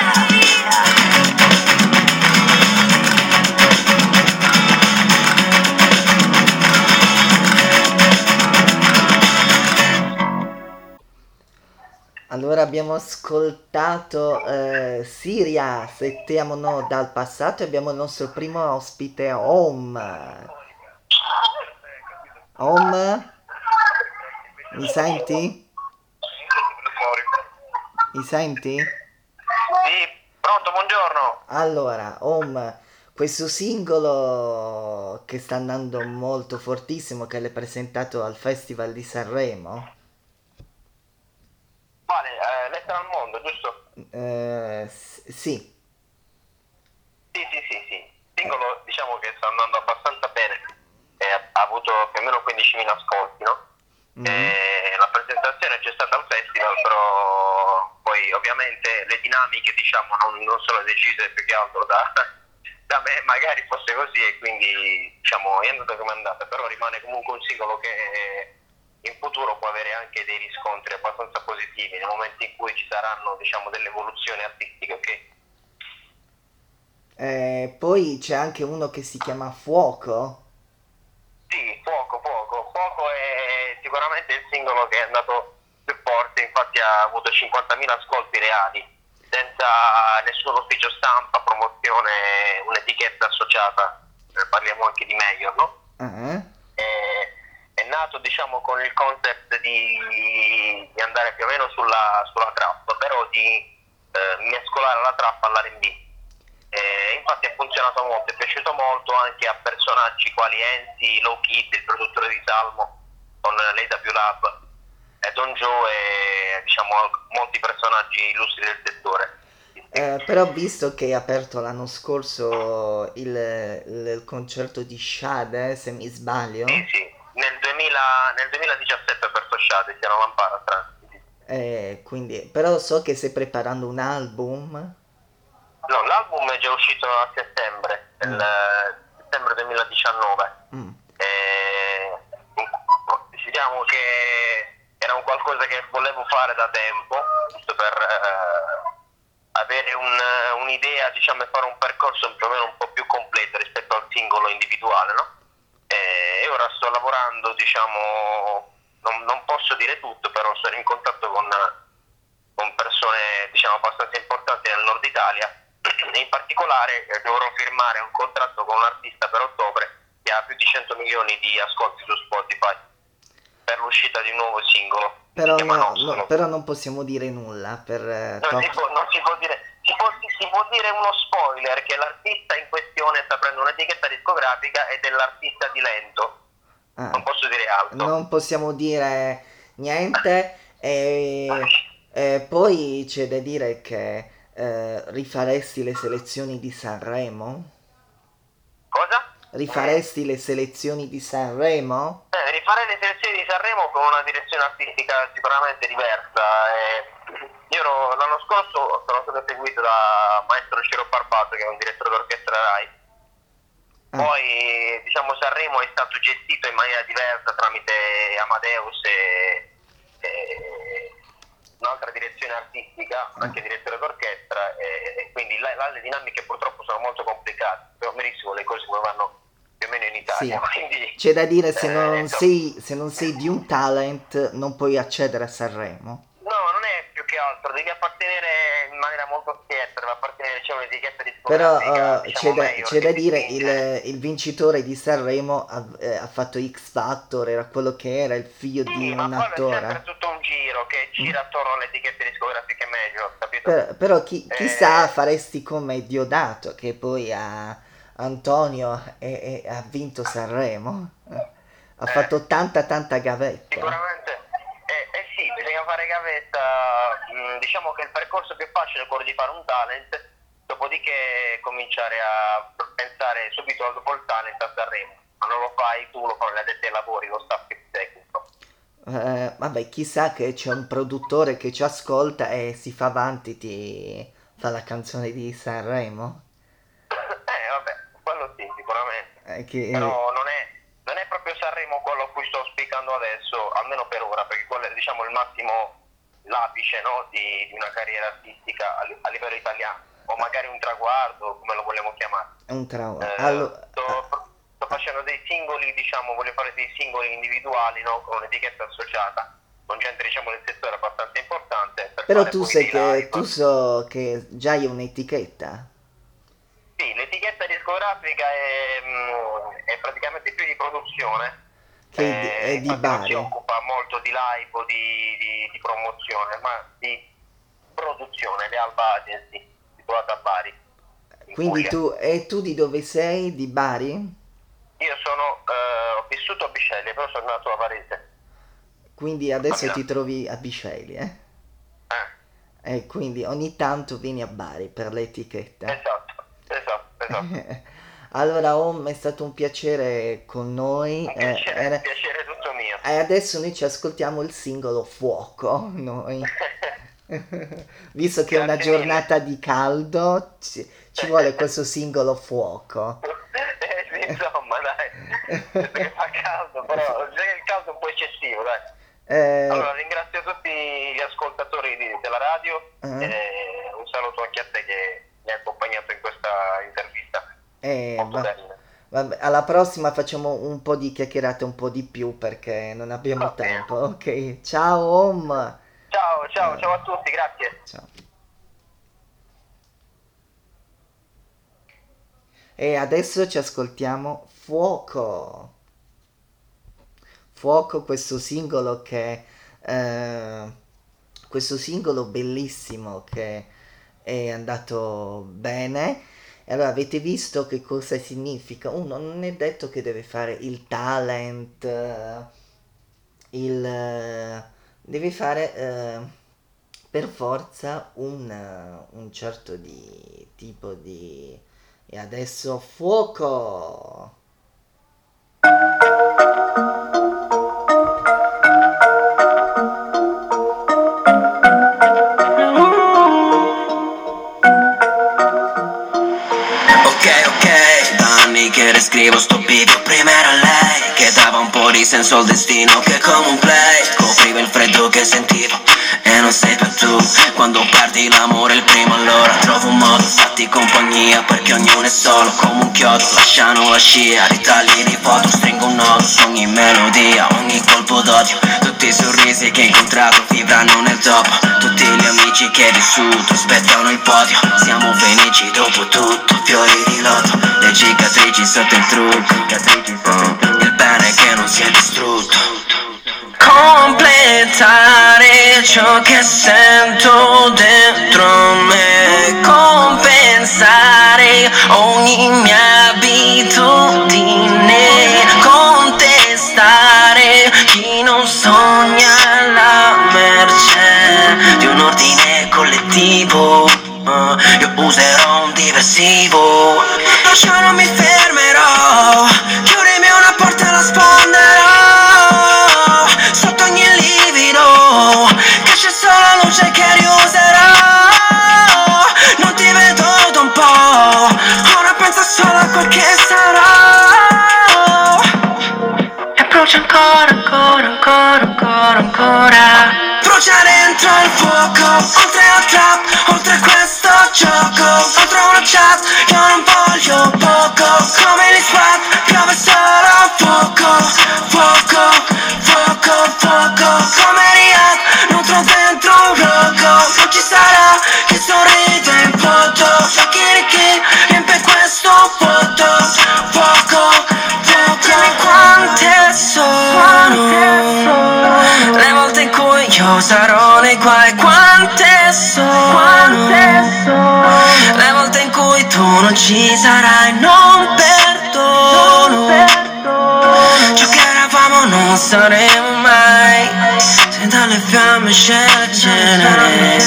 Allora abbiamo ascoltato eh, Siria, Se ti amo no dal passato, e abbiamo il nostro primo ospite Home. Home? Mi senti? Mi senti? Sì, pronto, buongiorno. Allora, Home, questo singolo che sta andando molto fortissimo, che l'hai presentato al Festival di Sanremo, Vale, eh, Lettera al mondo, giusto? eh, s- sì, Sì, sì, sì, sì. Il singolo diciamo che sta andando abbastanza bene. E ha, ha avuto più o meno quindicimila ascolti, no? mm, E la presentazione c'è stata al festival, però poi ovviamente le dinamiche diciamo non, non sono decise più che altro da, da me, magari fosse così e quindi diciamo è andata come è andata, però rimane comunque un singolo che in futuro può avere anche dei riscontri abbastanza positivi nel momento in cui ci saranno diciamo delle evoluzioni artistiche, ok? Eh, poi c'è anche uno che si chiama Fuoco. Sì, Fuoco, Fuoco. Fuoco è sicuramente il singolo che è andato più forte, infatti ha avuto cinquantamila ascolti reali, senza nessun ufficio stampa, promozione, un'etichetta associata, eh, parliamo anche di Mayor, no? Ah, È, è nato diciamo con il concept di, di andare più o meno sulla, sulla trap, però di eh, mescolare la trap all'R and B. Eh, infatti ha funzionato molto, è piaciuto molto anche a personaggi quali Enzi, Low Kid, il produttore di Salmo, con l'A W Lab, e Don Joe e diciamo molti personaggi illustri del settore. eh, però visto che hai aperto l'anno scorso il, il- il concerto di Shade, se mi sbaglio, Sì, sì, nel, duemila, nel duemiladiciassette ho aperto Shade, sia una Lampara, tra- eh, quindi, però so che stai preparando un album. No, l'album è già uscito a settembre, Mm. nel settembre duemiladiciannove. Mm. E, diciamo che era un qualcosa che volevo fare da tempo, giusto per eh, avere un- un'idea, diciamo, e fare un percorso più o meno un po' più completo rispetto al singolo individuale, no? E ora sto lavorando, diciamo, non, non posso dire tutto, però sono in contatto con, con persone, diciamo, abbastanza importanti nel nord Italia. In particolare eh, dovrò firmare un contratto con un artista per ottobre che ha più di cento milioni di ascolti su Spotify per l'uscita di un nuovo singolo. Però, Si chiama no- Nostro. no- però non possiamo dire nulla per eh, Non top- si può, non si può dire, si può, si può dire uno spoiler, che l'artista in questione sta prendendo un'etichetta discografica ed è l'artista di Lento. ah, Non posso dire altro. non possiamo dire niente. E, e poi c'è da dire che eh, rifaresti le selezioni di Sanremo? Cosa? Rifaresti le selezioni di Sanremo? Eh, rifare le selezioni di Sanremo con una direzione artistica sicuramente diversa. eh. Io ero- l'anno scorso sono stato seguito da maestro Ciro Barbato, che è un direttore d'orchestra Rai. Ah, Poi diciamo Sanremo è stato gestito in maniera diversa tramite Amadeus e, e un'altra direzione artistica, anche direttore d'orchestra, e, e quindi là, là le dinamiche purtroppo sono molto complicate, però benissimo le cose come vanno più o meno in Italia. sì. Quindi, C'è da dire, se eh, non insomma, sei, se non sei di un talent non puoi accedere a Sanremo. no, non è più che altro, devi appartenere in maniera molto schietta, deve appartenere diciamo, un'etichetta Però discografica, eh, diciamo, c'è da, mayor, c'è da che dire, ti spinge. il, il vincitore di Sanremo ha, eh, ha fatto X Factor, era quello che era, il figlio di Sì, ma un quello è sempre attore. tutto un giro che gira attorno alle etichette discografiche major, capito? Per- però chi- chissà, Eh, faresti come Diodato, che poi ha, ha Antonio è- è- ha vinto Sanremo, ha Eh. fatto tanta tanta gavetta. Sicuramente, eh, eh sì, bisogna fare gavetta. mh, diciamo che il percorso più facile è quello di fare un talent, dopodiché cominciare a pensare subito dopo il talent a Sanremo. Ma non lo fai tu, lo fanno le addetti ai lavori, lo staff tecnico. Eh, vabbè, chissà che c'è un produttore che ci ascolta e si fa avanti, ti fa la canzone di Sanremo. Eh vabbè, quello sì, sicuramente. Eh, che- Però non è, non è proprio Sanremo quello a cui sto spiegando adesso, almeno per ora, perché quello è diciamo il massimo, l'apice, no, di, di una carriera artistica a, li- a livello italiano, o magari un traguardo, come lo vogliamo chiamare. è un trauma. Eh, Allo- sto, sto facendo dei singoli, diciamo, voglio fare dei singoli individuali, no, con un'etichetta associata, con gente diciamo del settore abbastanza importante. Per Però fare tu poi sai dei che live. tu so che già hai un'etichetta. Sì, l'etichetta discografica è, mh, è praticamente più di produzione. Che è di- eh, è di infatti non Bari. si occupa molto di live o di, di- di promozione, ma di produzione, le Alba Agency, situata a Bari. in Quindi Puglia. tu, e tu di dove sei? Di Bari? Io sono, eh, ho vissuto a Bisceglie, però sono nato a Varese. Quindi adesso Milano. ti trovi a Bisceglie, eh? Eh, E quindi ogni tanto vieni a Bari per l'etichetta. esatto, esatto, esatto. Allora, Om, è stato un piacere con noi. Un eh, piacere, era- un piacere tutto mio. E adesso noi ci ascoltiamo il singolo Fuoco, noi. Visto che è una Grazie mille. giornata di caldo, ci, ci vuole questo singolo Fuoco. Eh, sì, insomma, dai, visto che fa caldo, però già che il caldo è un po' eccessivo, dai. Eh, Allora, ringrazio tutti gli ascoltatori di- della radio Eh. e un saluto anche a te che mi hai accompagnato in questa intervista. eh, Molto va- bella. vabbè, alla prossima facciamo un po' di chiacchierate un po' di più perché non abbiamo Va bene. tempo. Ok, ciao Om. Ciao, ciao, ciao a tutti, grazie. Ciao. E adesso ci ascoltiamo Fuoco. Fuoco, questo singolo che eh, questo singolo bellissimo che è andato bene. E allora avete visto che cosa significa? Uno non è detto che deve fare il talent, eh, il eh, deve fare eh, per forza un, eh, un certo di tipo di. E adesso fuoco! Ok, ok, da anni che riscrivo sto video, prima era lei che dava un po' di senso al destino, che come un play copriva il freddo che sentivo. E non sei più tu, quando perdi l'amore il primo allora trovo un modo, fatti compagnia perché ognuno è solo come un chiodo. Lasciano la scia, ritagli di foto, stringo un nodo su ogni melodia, ogni colpo d'odio. Tutti i sorrisi che hai incontrato vivranno nel dopo, tutti gli amici che hai vissuto aspettano il podio. Siamo felici dopo tutto, fiori di loto, le cicatrici sotto il trucco, oh, il bene che non si è distrutto. Completare ciò che sento dentro me, compensare ogni mia abitudine, contestare chi non sogna la merce di un ordine collettivo. Uh, io userò un diversivo, io non mi fermerò, chiudimi una porta e la sfonderò. Sotto ogni livido che c'è solo la luce che riuserò. Non ti vedo da un po', ora penso solo a quel che sarò. E brucia ancora, ancora, ancora, ancora, ancora. Brucia dentro il fuoco, oltre al trap, oltre questo gioco, oltre una chat, io non voglio poco. tu non ci sarai, non perdono. Ciò che eravamo non saremo mai, se dalle fiamme scende il cenere.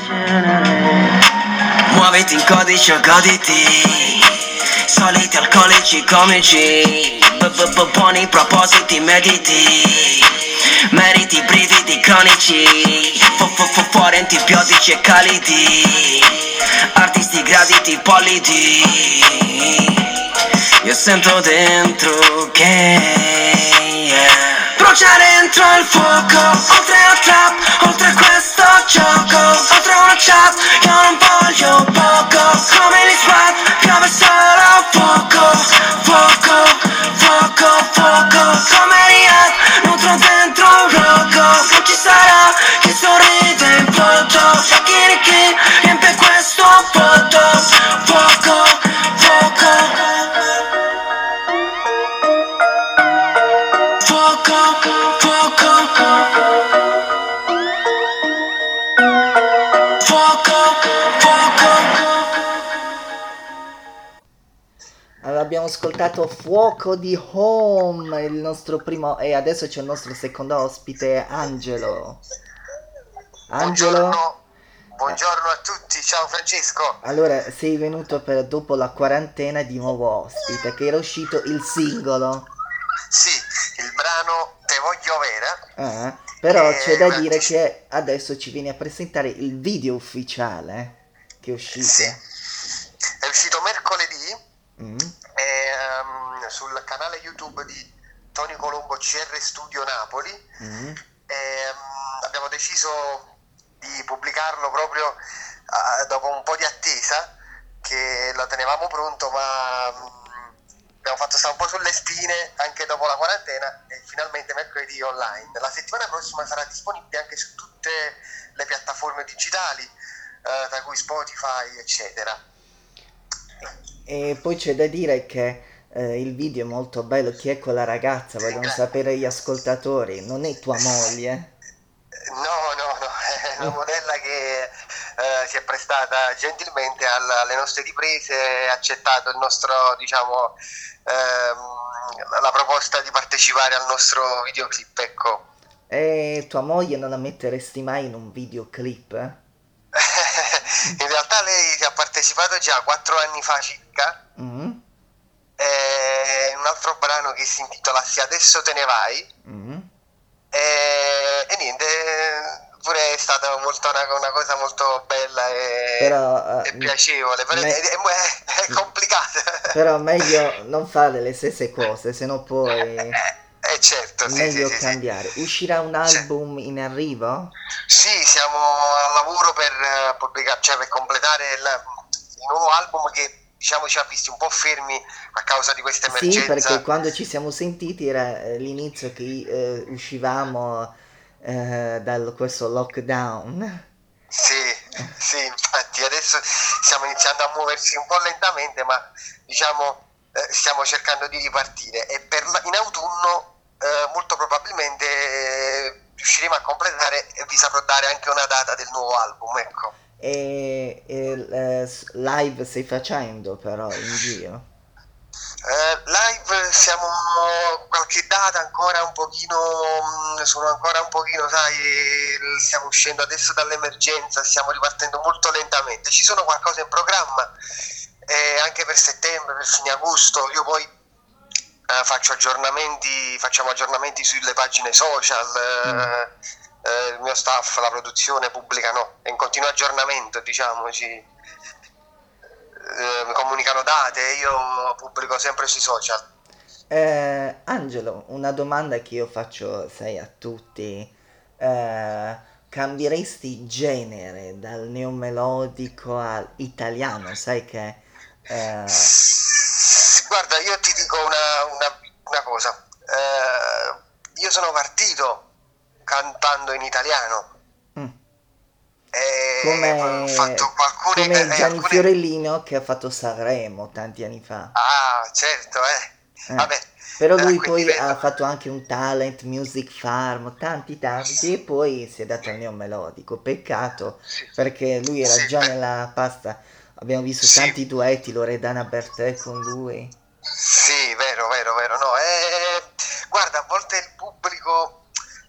Muoviti in codice o goditi, soliti alcolici comici, buoni propositi mediti, meriti brividi cronici, fuori antibiotici e calidi, artisti graditi politi. Io sento dentro che yeah. Brucia dentro il fuoco, oltre al trap, oltre a questo gioco, oltre a una chat, io non voglio poco, come gli squad, piove solo fuoco, fuoco, fuoco, fuoco, come Riyadh, nutro dentro un roco, non ci sarà chi sorride in foto, Shakiri chi riempie questo foto, fuoco, fuoco, fuoco, fuoco, fuoco, fuoco. Allora, abbiamo ascoltato Fuoco di Home, il nostro primo, e adesso c'è il nostro secondo ospite, Angelo. Angelo? Buongiorno, buongiorno a tutti, ciao Francesco. Allora, sei venuto per dopo la quarantena di nuovo ospite, che era uscito il singolo. Sì, il brano Te voglio vera. Ah, però Eh, c'è da una- dire che adesso ci vieni a presentare il video ufficiale che è uscito. Sì, è uscito mercoledì Mm. ehm, sul canale YouTube di Tony Colombo C R Studio Napoli. Mm. Ehm, abbiamo deciso di pubblicarlo proprio ah, dopo un po' di attesa, che lo tenevamo pronto, ma mm, abbiamo fatto stare un po' sulle spine anche dopo la quarantena, e finalmente mercoledì online. La settimana prossima sarà disponibile anche su tutte le piattaforme digitali, eh, tra cui Spotify, eccetera. E poi c'è da dire che eh, il video è molto bello. Chi è quella ragazza? Vogliono Gra- sapere gli ascoltatori. Non è tua moglie? No, no, no, è una modella che eh, si è prestata gentilmente alla- alle nostre riprese, ha accettato il nostro, diciamo, ehm, la proposta di partecipare al nostro videoclip, ecco. E tua moglie non la metteresti mai in un videoclip? Eh? In realtà lei ha partecipato già quattro anni fa circa, Mm? eh, in un altro brano che si intitola Se adesso te ne vai, Mm? e, e niente, pure è stata molto una, una cosa molto bella e, Però, eh, e piacevole, però me- è, è- è complicata. Però meglio non fare le stesse cose, se no poi Eh, certo, sì, meglio sì, sì, sì. cambiare. Uscirà un album in arrivo? Sì, siamo al lavoro per eh, pubblicare, cioè per completare il, il nuovo album che, diciamo, ci ha visti un po' fermi a causa di questa Sì, emergenza. perché quando ci siamo sentiti era eh, l'inizio che eh, uscivamo eh, da questo lockdown. Sì, sì, infatti adesso stiamo iniziando a muoversi un po' lentamente, ma diciamo eh, stiamo cercando di ripartire, e per la- in autunno eh, molto probabilmente eh, riusciremo a completare, e vi saprò dare anche una data del nuovo album, ecco. E, e, eh, s- live stai facendo però in giro? Eh, live siamo qualche data ancora un pochino, mh, sono ancora un pochino, sai, l- stiamo uscendo adesso dall'emergenza, stiamo ripartendo molto lentamente. Ci sono qualcosa in programma, eh, anche per settembre, per fine agosto. Io poi eh, faccio aggiornamenti, facciamo aggiornamenti sulle pagine social, eh, eh, il mio staff, la produzione pubblicano, è in continuo aggiornamento, diciamo, ci eh, mi comunicano date, io pubblico sempre sui social. Eh, Angelo, una domanda che io faccio, sai, a tutti. Eh, cambieresti genere dal neomelodico all'italiano? Sai che... eh, Guarda, io ti dico una, una- una cosa. Eh, io sono partito cantando in italiano. mm, E come ho fatto alcune, come eh, Gianni alcune- Fiorellino che ha fatto Sanremo tanti anni fa. Ah, certo, eh. Eh, Vabbè. Però eh, lui quindi poi vedo- ha fatto anche un talent, Music Farm, tanti tanti, e poi si è dato al neomelodico. Peccato, Sì. perché lui era Sì, già beh. nella pasta abbiamo visto Sì. tanti duetti, Loredana Bertè con lui. Sì, vero, vero, vero, no, eh, guarda, a volte il pubblico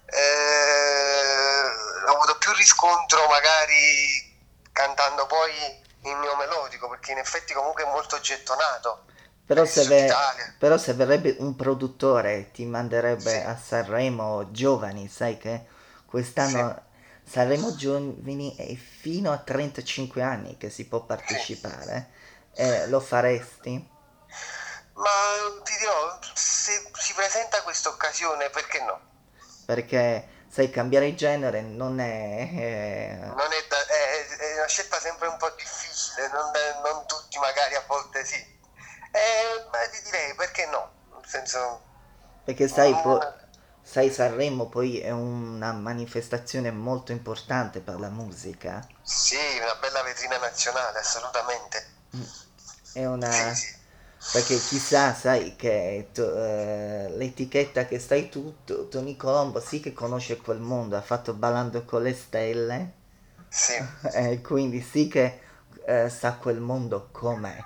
eh, ha avuto più riscontro magari cantando poi il neomelodico, perché in effetti comunque è molto gettonato. Però eh, se, Sud ve- Italia. però se verrebbe un produttore ti manderebbe Sì. a Sanremo giovani, sai che quest'anno Sanremo giovani è fino a trentacinque anni che si può partecipare. Eh, lo faresti? Ma ti dirò, se si presenta questa occasione, perché no? Perché sai, cambiare genere non è... eh, Non è, da- è- è una scelta sempre un po' difficile, non, non tutti magari a volte sì. Eh, ma ti direi perché no? Nel senso, perché sai, mm, po- sai, Sanremo poi è una manifestazione molto importante per la musica. sì, una bella vetrina nazionale, assolutamente. È una... Sì, sì. Perché chissà, sai, che to- eh, l'etichetta che stai tu, to- Tony Colombo, sì che conosce quel mondo, ha fatto Ballando con le stelle, Sì, e quindi sì che eh, sa quel mondo com'è.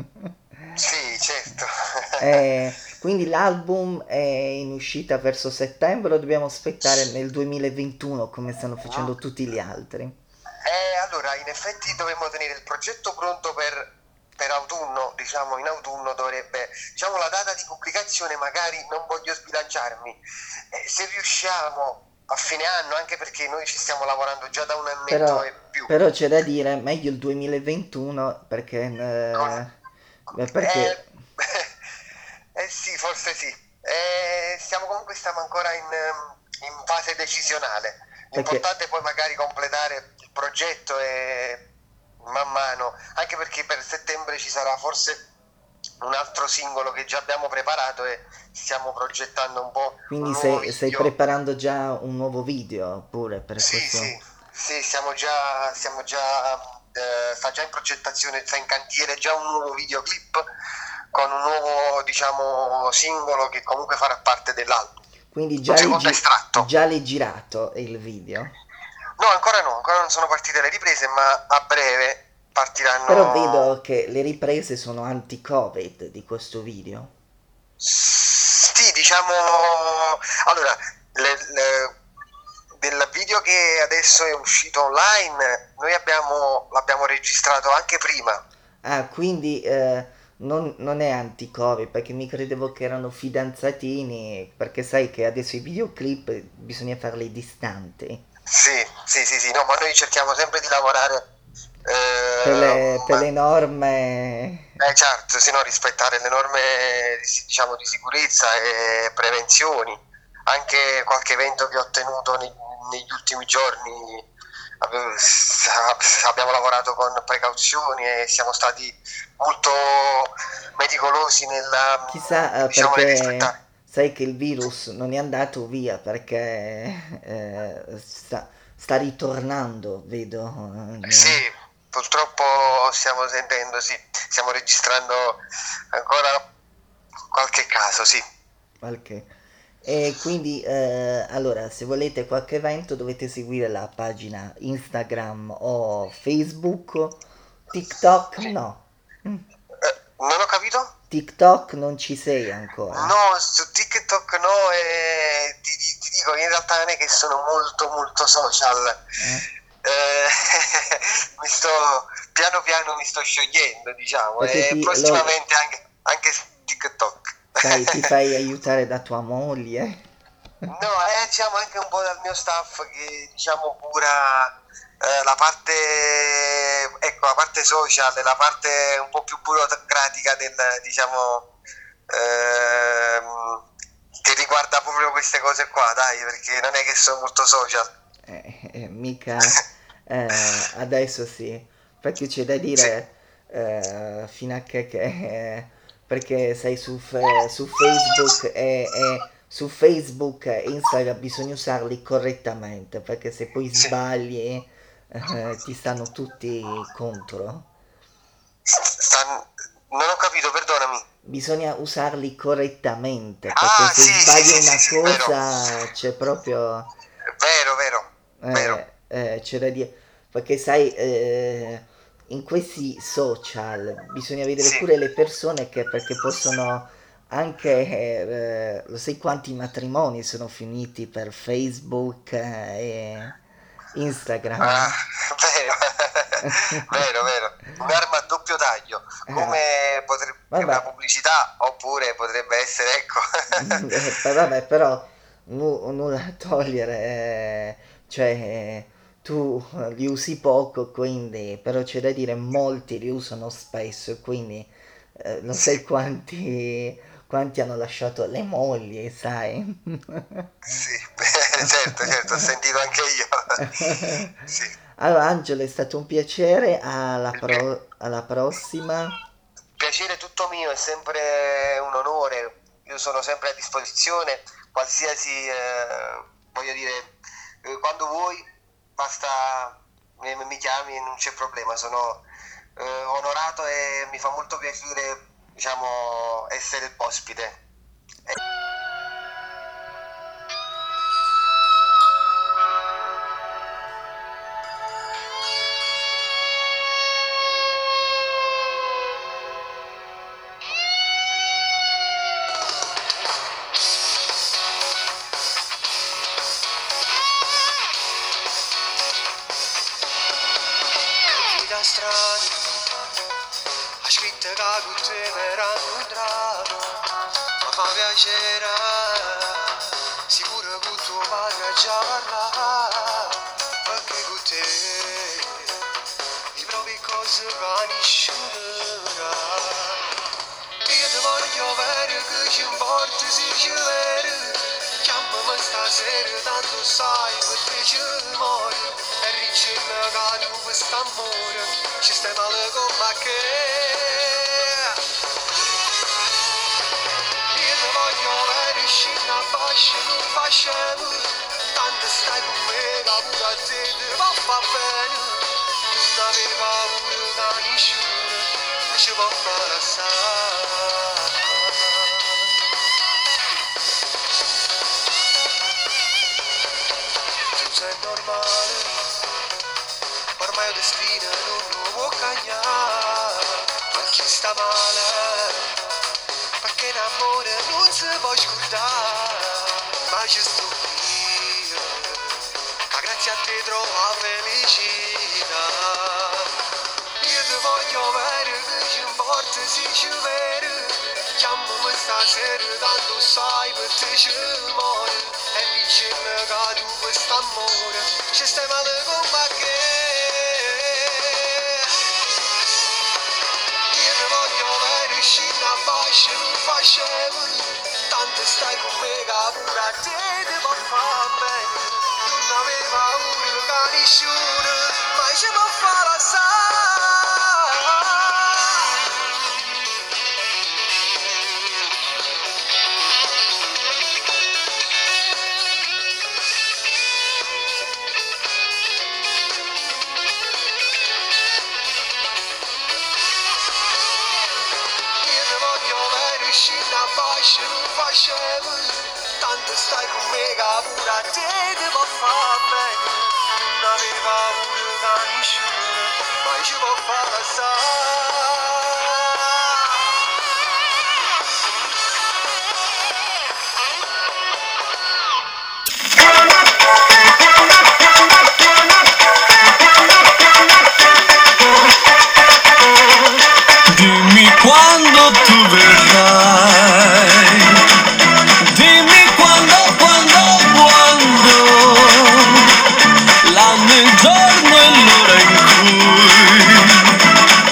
sì, certo. E quindi l'album è in uscita verso settembre o dobbiamo aspettare nel duemilaventuno come stanno facendo tutti gli altri? Eh, allora, in effetti dovremmo tenere il progetto pronto per, per autunno, diciamo in autunno dovrebbe, diciamo la data di pubblicazione magari non voglio sbilanciarmi, eh, se riusciamo a fine anno, anche perché noi ci stiamo lavorando già da un annetto Però, e più. però c'è da dire, meglio il duemilaventuno perché... eh, beh, perché... Eh, eh sì, forse sì. Eh, siamo comunque stiamo ancora in, ehm, in fase decisionale. Perché- L'importante è poi magari completare il progetto e man mano, anche perché per settembre ci sarà forse un altro singolo che già abbiamo preparato e stiamo progettando un po' Quindi un nuovo stai, stai video. preparando già un nuovo video pure per Sì, questo? sì, sì, siamo già, siamo già, eh, sta già in progettazione, sta in cantiere già un nuovo videoclip con un nuovo, diciamo, singolo che comunque farà parte dell'album. Quindi già Un l'hai, secondo gi- estratto. già l'hai girato il video? No, ancora no, ancora non sono partite le riprese, ma a breve partiranno. Però vedo che le riprese sono anti-Covid di questo video. Sì, diciamo, allora, le- le- del video che adesso è uscito online, noi abbiamo, l'abbiamo registrato anche prima. Ah, quindi eh, non, non è anti-Covid, perché mi credevo che erano fidanzatini, perché sai che adesso i videoclip bisogna farli distanti. Sì, sì, sì, sì, no, ma noi cerchiamo sempre di lavorare eh, Per le, per ma- le norme... eh, certo, se no rispettare le norme di- diciamo di sicurezza e prevenzioni. Anche qualche evento che ho tenuto nei- negli ultimi giorni ave- sa- abbiamo lavorato con precauzioni e siamo stati molto meticolosi nella, Chissà, eh, diciamo, nel perché rispettare. sai che il virus non è andato via, perché eh, sta, sta ritornando, vedo. eh, Sì, purtroppo stiamo sentendo, sì, stiamo registrando ancora qualche caso, sì. qualche- E quindi, eh, allora, se volete qualche evento dovete seguire la pagina Instagram o Facebook, TikTok no. Mm. Eh, non ho capito? TikTok non ci sei ancora. No, su TikTok no, e ti, ti- ti dico, in realtà non è che sono molto molto social. Eh? Eh, mi sto, piano piano mi sto sciogliendo, diciamo, Perché e ti- prossimamente anche, anche su TikTok. Sai, ti fai aiutare da tua moglie. No, eh, diciamo anche un po' dal mio staff che diciamo cura eh, la parte, ecco, la parte social, la parte un po' più burocratica del, diciamo, ehm, che riguarda proprio queste cose qua, dai, perché non è che sono molto social. Eh, eh, mica eh, adesso sì, perché c'è da dire eh, fino a che, che eh, perché sai su, fe- su Facebook e, e su Facebook e Instagram bisogna usarli correttamente, perché se poi Sì. sbagli eh, ti stanno tutti contro. Stan- non ho capito, perdonami. Bisogna usarli correttamente, perché Ah, se sì, sì, sbagli sì, una sì, sì, vero. cosa c'è proprio... Vero, vero, Eh, vero. eh, c'è da dire, perché sai, eh, in questi social bisogna vedere Sì. pure le persone che perché possono anche, eh, lo sai quanti matrimoni sono finiti per Facebook eh, e Instagram? Ah, vero, vero, vero. Un'arma a doppio taglio, come potrebbe Vabbè. una pubblicità, oppure potrebbe essere, ecco. Eh, vabbè, però nu- nulla a togliere, eh, cioè eh, tu li usi poco, quindi, però c'è da dire molti li usano spesso, quindi eh, non sai quanti, quanti hanno lasciato le mogli, sai? Sì, beh, certo, certo, ho sentito anche io. Sì. Allora, Angelo, è stato un piacere, alla, pro- alla prossima. Piacere tutto mio, è sempre un onore, io sono sempre a disposizione, qualsiasi, eh, voglio dire, eh, quando vuoi, basta, mi, mi chiami, non c'è problema, sono eh, onorato e mi fa molto piacere, diciamo, essere il ospite. Vita strana, ha scritto che con te era un drago, ma fa piacere, sicuro che tuo padre già parla, perché con te mi provi cose che nessuno. Io ti voglio bene, che ci importa se ci vedi, chiamami stasera, tanto sai per te ci muoio. E ricerca che tu questo amore ci stai male con me che io ti voglio bene, scendo a bacio, non facciamo, tanto stai con me che pure a te ti va fa bene, non avevi paura che nessuno ci può fare assai. Tu sei normale, ormai il destino non lo può cambiare, ma chi sta male, perché l'amore non si può scordare, ma ci sto io, che grazie a te trovo la felicità. Io ti voglio bene, che ci importa se ci vedi, chiamami stasera, tanto sai per te ci muoio, e dicemi che tu questo amore ci stai male con me che io ti voglio bene, scendo a bacio, non facciamo, tanto stai con me che pure a te ti può far bene, non avevi paura che nessuno mai ci può fare assai. Scendo a bacio, non facciamo, tanto stai con me che pure a te ti può far bene, non avevi paura che nessuno mai ci può fare assai. Dimmi quando tu verrai, dimmi quando, quando, quando, l'anno, il giorno e l'ora in cui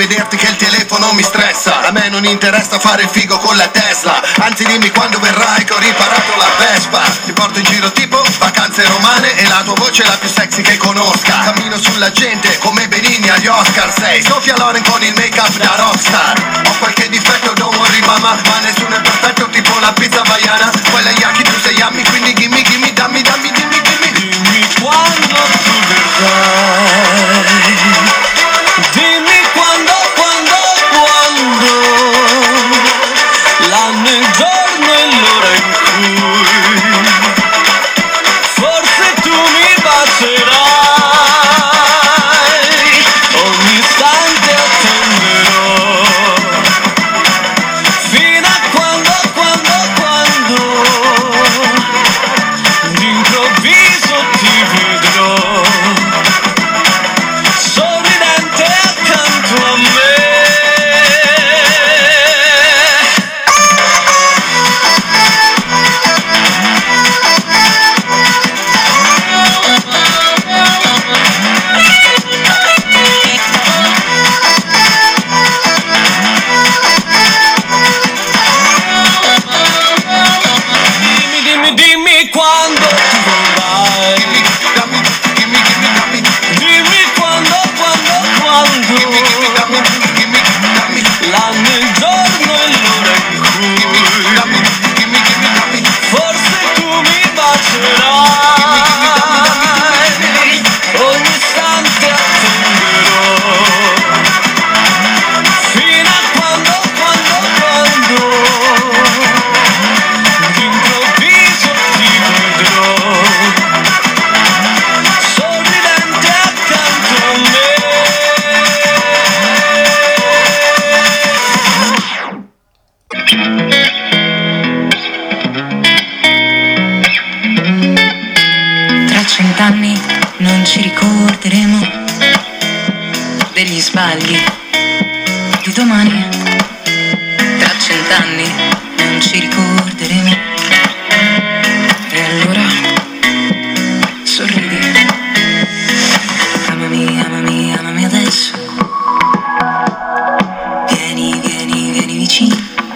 vederti che il telefono mi stressa. A me non interessa fare il figo con la Tesla, anzi dimmi quando verrai che ho riparato la Vespa. Ti porto in giro tipo vacanze romane e la tua voce è la più sexy che conosca. Cammino sulla gente come Benigni agli Oscar. Sei Sofia Loren con il make up da rockstar. Ho qualche difetto, don't worry mama, ma nessuno è perfetto, tipo la pizza hawaiana. Quella yaki tu sei yummy, quindi gimme gimme dammi dammi dimmi dimmi. Dimmi quando tu verrai, dimmi quando, quando, quando, l'anno, il giorno e l'ora in cui forse tu mi bacerai, ogni istante attenderò, fino a quando, quando, quando d'improvviso ti vedrò, sorridente accanto a me. Dimmi, dimmi, dimmi quando tu vorrai. Dimmi dammi dimmi dimmi dammi Dimmi quando, quando, quando dimmi dimmi dammi dimmi dammi l'anno, il giorno e l'ora in cui dammi dimmi dimmi dammi forse tu mi bacerai, ogni istante attenderò, fino a quando, quando, quando d'improvviso ti vedrò, sorridente accanto a me. Tra cent'anni non ci ricorderemo degli sbagli di domani. Tra cent'anni non ci ricorderemo. E allora sorridi. Amami, amami, amami adesso. Vieni, vieni, vieni vicino.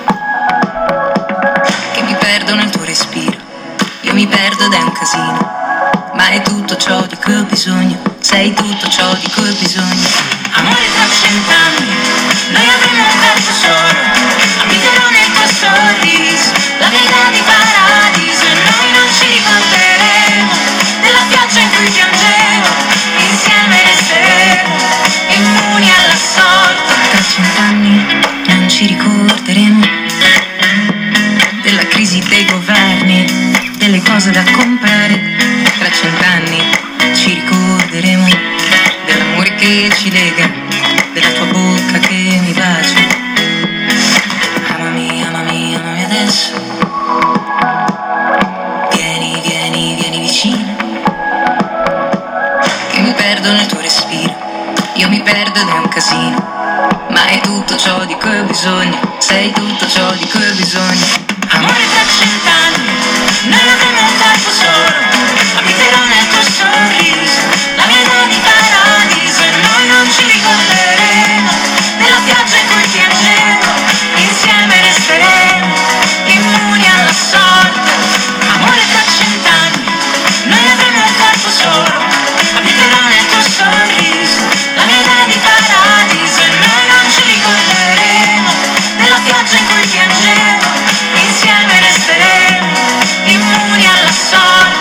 Che mi perdo nel tuo respiro. Io mi perdo ed è un casino. Ma è tutto ciò di cui ho bisogno. Sei tutto ciò di cui ho bisogno. Amore, tra cent'anni noi avremo un corpo solo. Abiterò nel tuo sorriso la mia idea di paradiso. E noi non ci ricorderemo della pioggia in cui piangevo. Insieme resteremo immuni alla sorte. Tra cent'anni non ci ricorderemo della crisi dei governi, delle cose da comprare. Tra cent'anni ci ricorderemo dell'amore che ci lega, della tua bocca che mi bacia. Amami, amami, amami adesso. Vieni, vieni, vieni vicino. Che mi perdo nel tuo respiro. Io mi perdo ed è un casino. Ma è tutto ciò di cui ho bisogno. Sei tutto ciò di cui ho bisogno. Amore, tra cent'anni noi avremo un corpo solo. Abiterò nel tuo sorriso la mia idea di paradiso. E noi non ci ricorderemo della pioggia in cui piangevo. Insieme resteremo immuni alla sorte. Amore, tra cent'anni noi avremo un corpo solo. Abiterò nel tuo sorriso la mia idea di paradiso. E noi non ci ricorderemo della pioggia in cui piangevo. Insieme resteremo immuni alla sorte.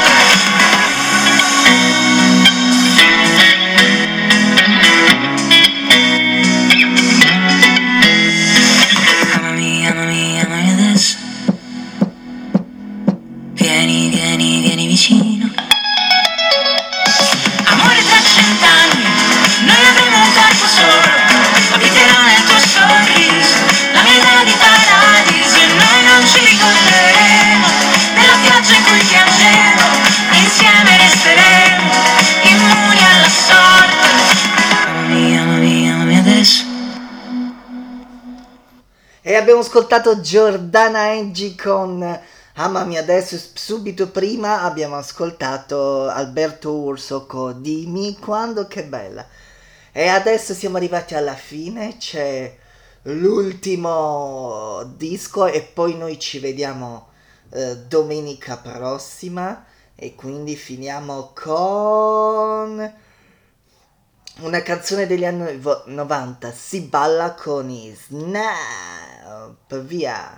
Amami, amami, amami adesso. Vieni, vieni, vieni vicino. Amore, tra cent'anni noi avremo un corpo solo. Abiterò nel tuo sorriso la mia idea di paradiso. E noi non ci ricorderemo della pioggia in cui piangevo. Insieme resteremo immuni alla sorte. Amami, amami, amami adesso. E abbiamo ascoltato Giordana Engi con Amami adesso. Subito prima abbiamo ascoltato Alberto Urso con Dimmi quando, che bella. E adesso siamo arrivati alla fine, c'è l'ultimo disco e poi noi ci vediamo eh, domenica prossima e quindi finiamo con una canzone degli anni novanta, si balla con i Snap, via!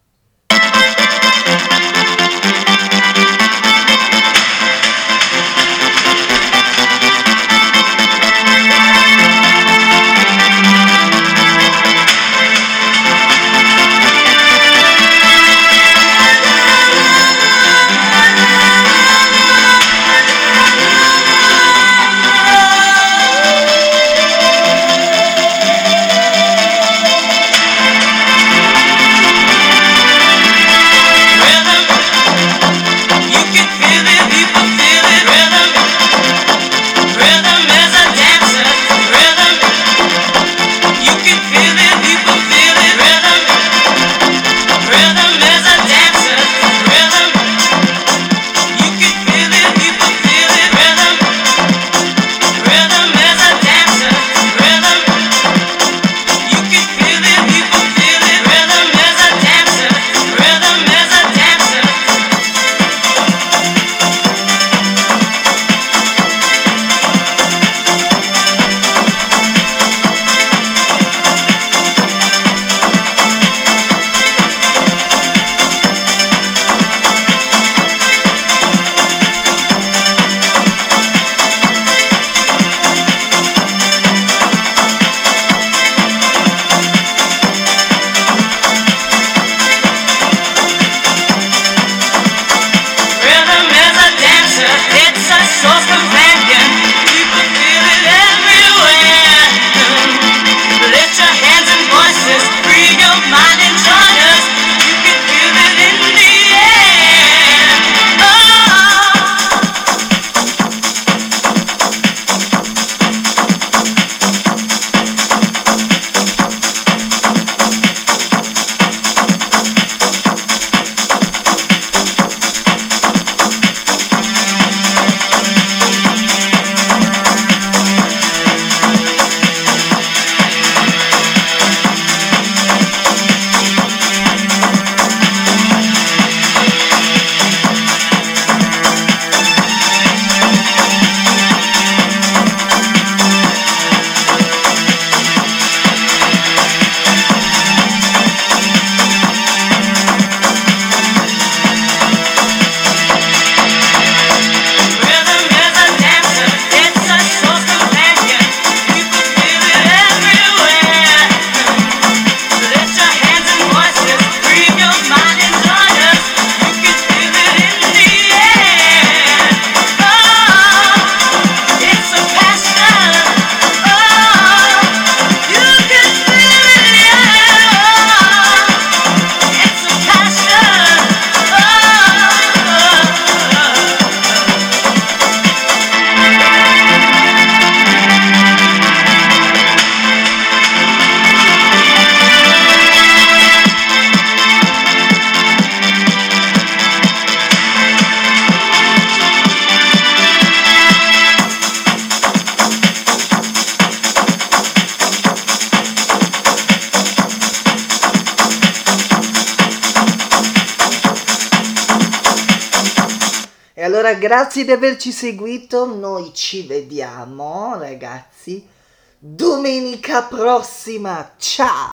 E allora grazie di averci seguito, noi ci vediamo ragazzi domenica prossima, ciao!